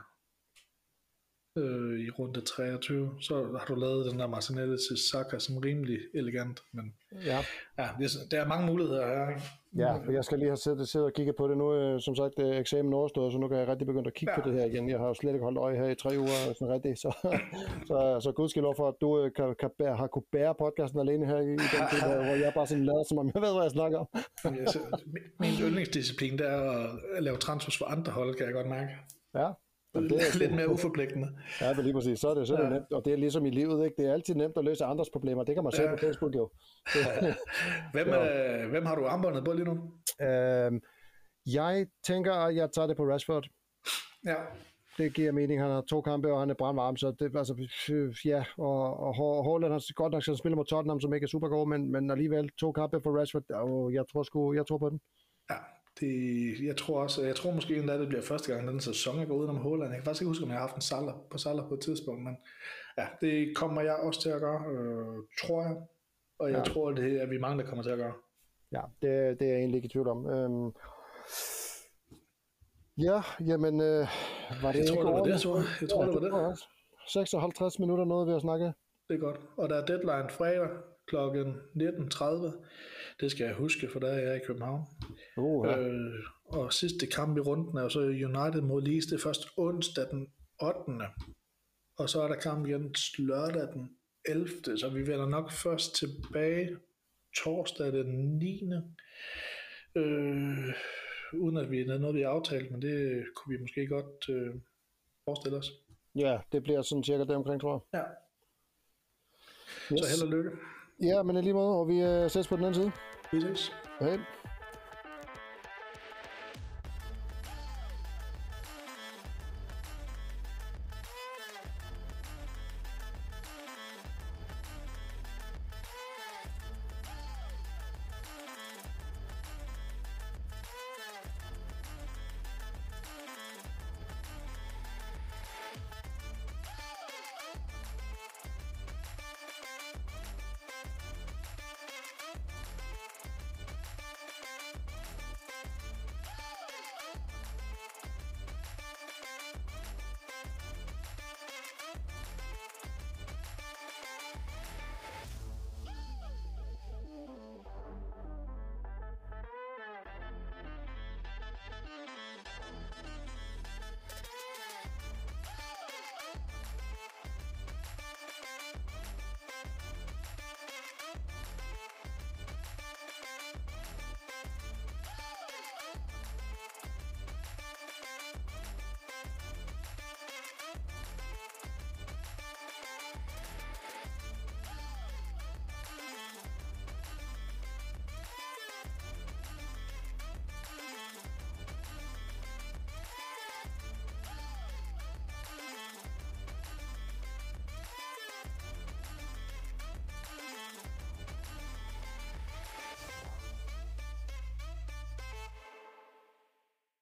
øh, i runde treogtyve. Så har du lavet den der Martinelli til Saka som rimelig elegant, men Ja. ja, det er, der er mange muligheder her, ikke? Ja, og jeg skal lige have siddet, siddet og kigget på det nu. øh, Som sagt, øh, eksamen overstået, så nu kan jeg rigtig begynde at kigge Ja. på det her igen. Jeg har jo slet ikke holdt øje her i tre uger, sådan rigtigt. Så, så, så gudskelov for, at du øh, kan, kan bære, har kunne bære podcasten alene her i den tid, hvor, hvor jeg bare sådan lader, som om jeg ved, hvad jeg snakker om. Ja, så, min- min yndlingsdisciplin, det er at lave transfers for andre hold, kan jeg godt mærke. Ja. Og det er Lidt mere uforpligtende. Ja, men lige præcis. Så er det, så er det Ja. nemt. Og det er ligesom i livet, ikke? Det er altid nemt at løse andres problemer. Det kan man se Ja. på Facebook jo. Det, Hvem, øh, hvem har du armbåndet på lige nu? øhm, jeg tænker, at jeg tager det på Rashford. Ja. Det giver mening. Han har to kampe, og han er brandvarm, så det altså, øh, ja, og, og Haaland har godt nok sådan spiller mod Tottenham, som ikke er super god, men, men alligevel to kampe for Rashford, og jeg tror sgu, jeg tror på den. Ja, det, jeg tror også, jeg tror måske endda, det bliver første gang, den sæson jeg går udenom Haaland. Jeg kan faktisk ikke huske, om jeg har haft en Salah på Salah på et tidspunkt, men ja, det kommer jeg også til at gøre, øh, tror jeg. Og jeg Ja. tror, det er vi mange, der kommer til at gøre. Ja, det, det er jeg egentlig ikke i tvivl om. Øhm, ja, jamen, øh, var det Jeg tror, ikke det var over? det, jeg tror. Jeg tror, det var det. tror jeg også. seksoghalvtreds minutter nåede vi at snakke. Det er godt. Og der er deadline fredag klokken nitten tredive. Det skal jeg huske, for der er jeg i København. Uh, ja. Øh, og sidste kamp i runden er jo så United mod Leeds. Det er først onsdag den ottende Og så er der kamp igen lørdag den ellevte Så vi vender nok først tilbage torsdag den niende Øh, uden at vi er noget, vi har aftalt, men det kunne vi måske godt øh, forestille os. Ja, det bliver sådan cirka det omkring, tror jeg. Ja. Yes. Så held og lykke. Ja, men i lige måde, og vi øh, ses på den anden side. Vi ses. Hej.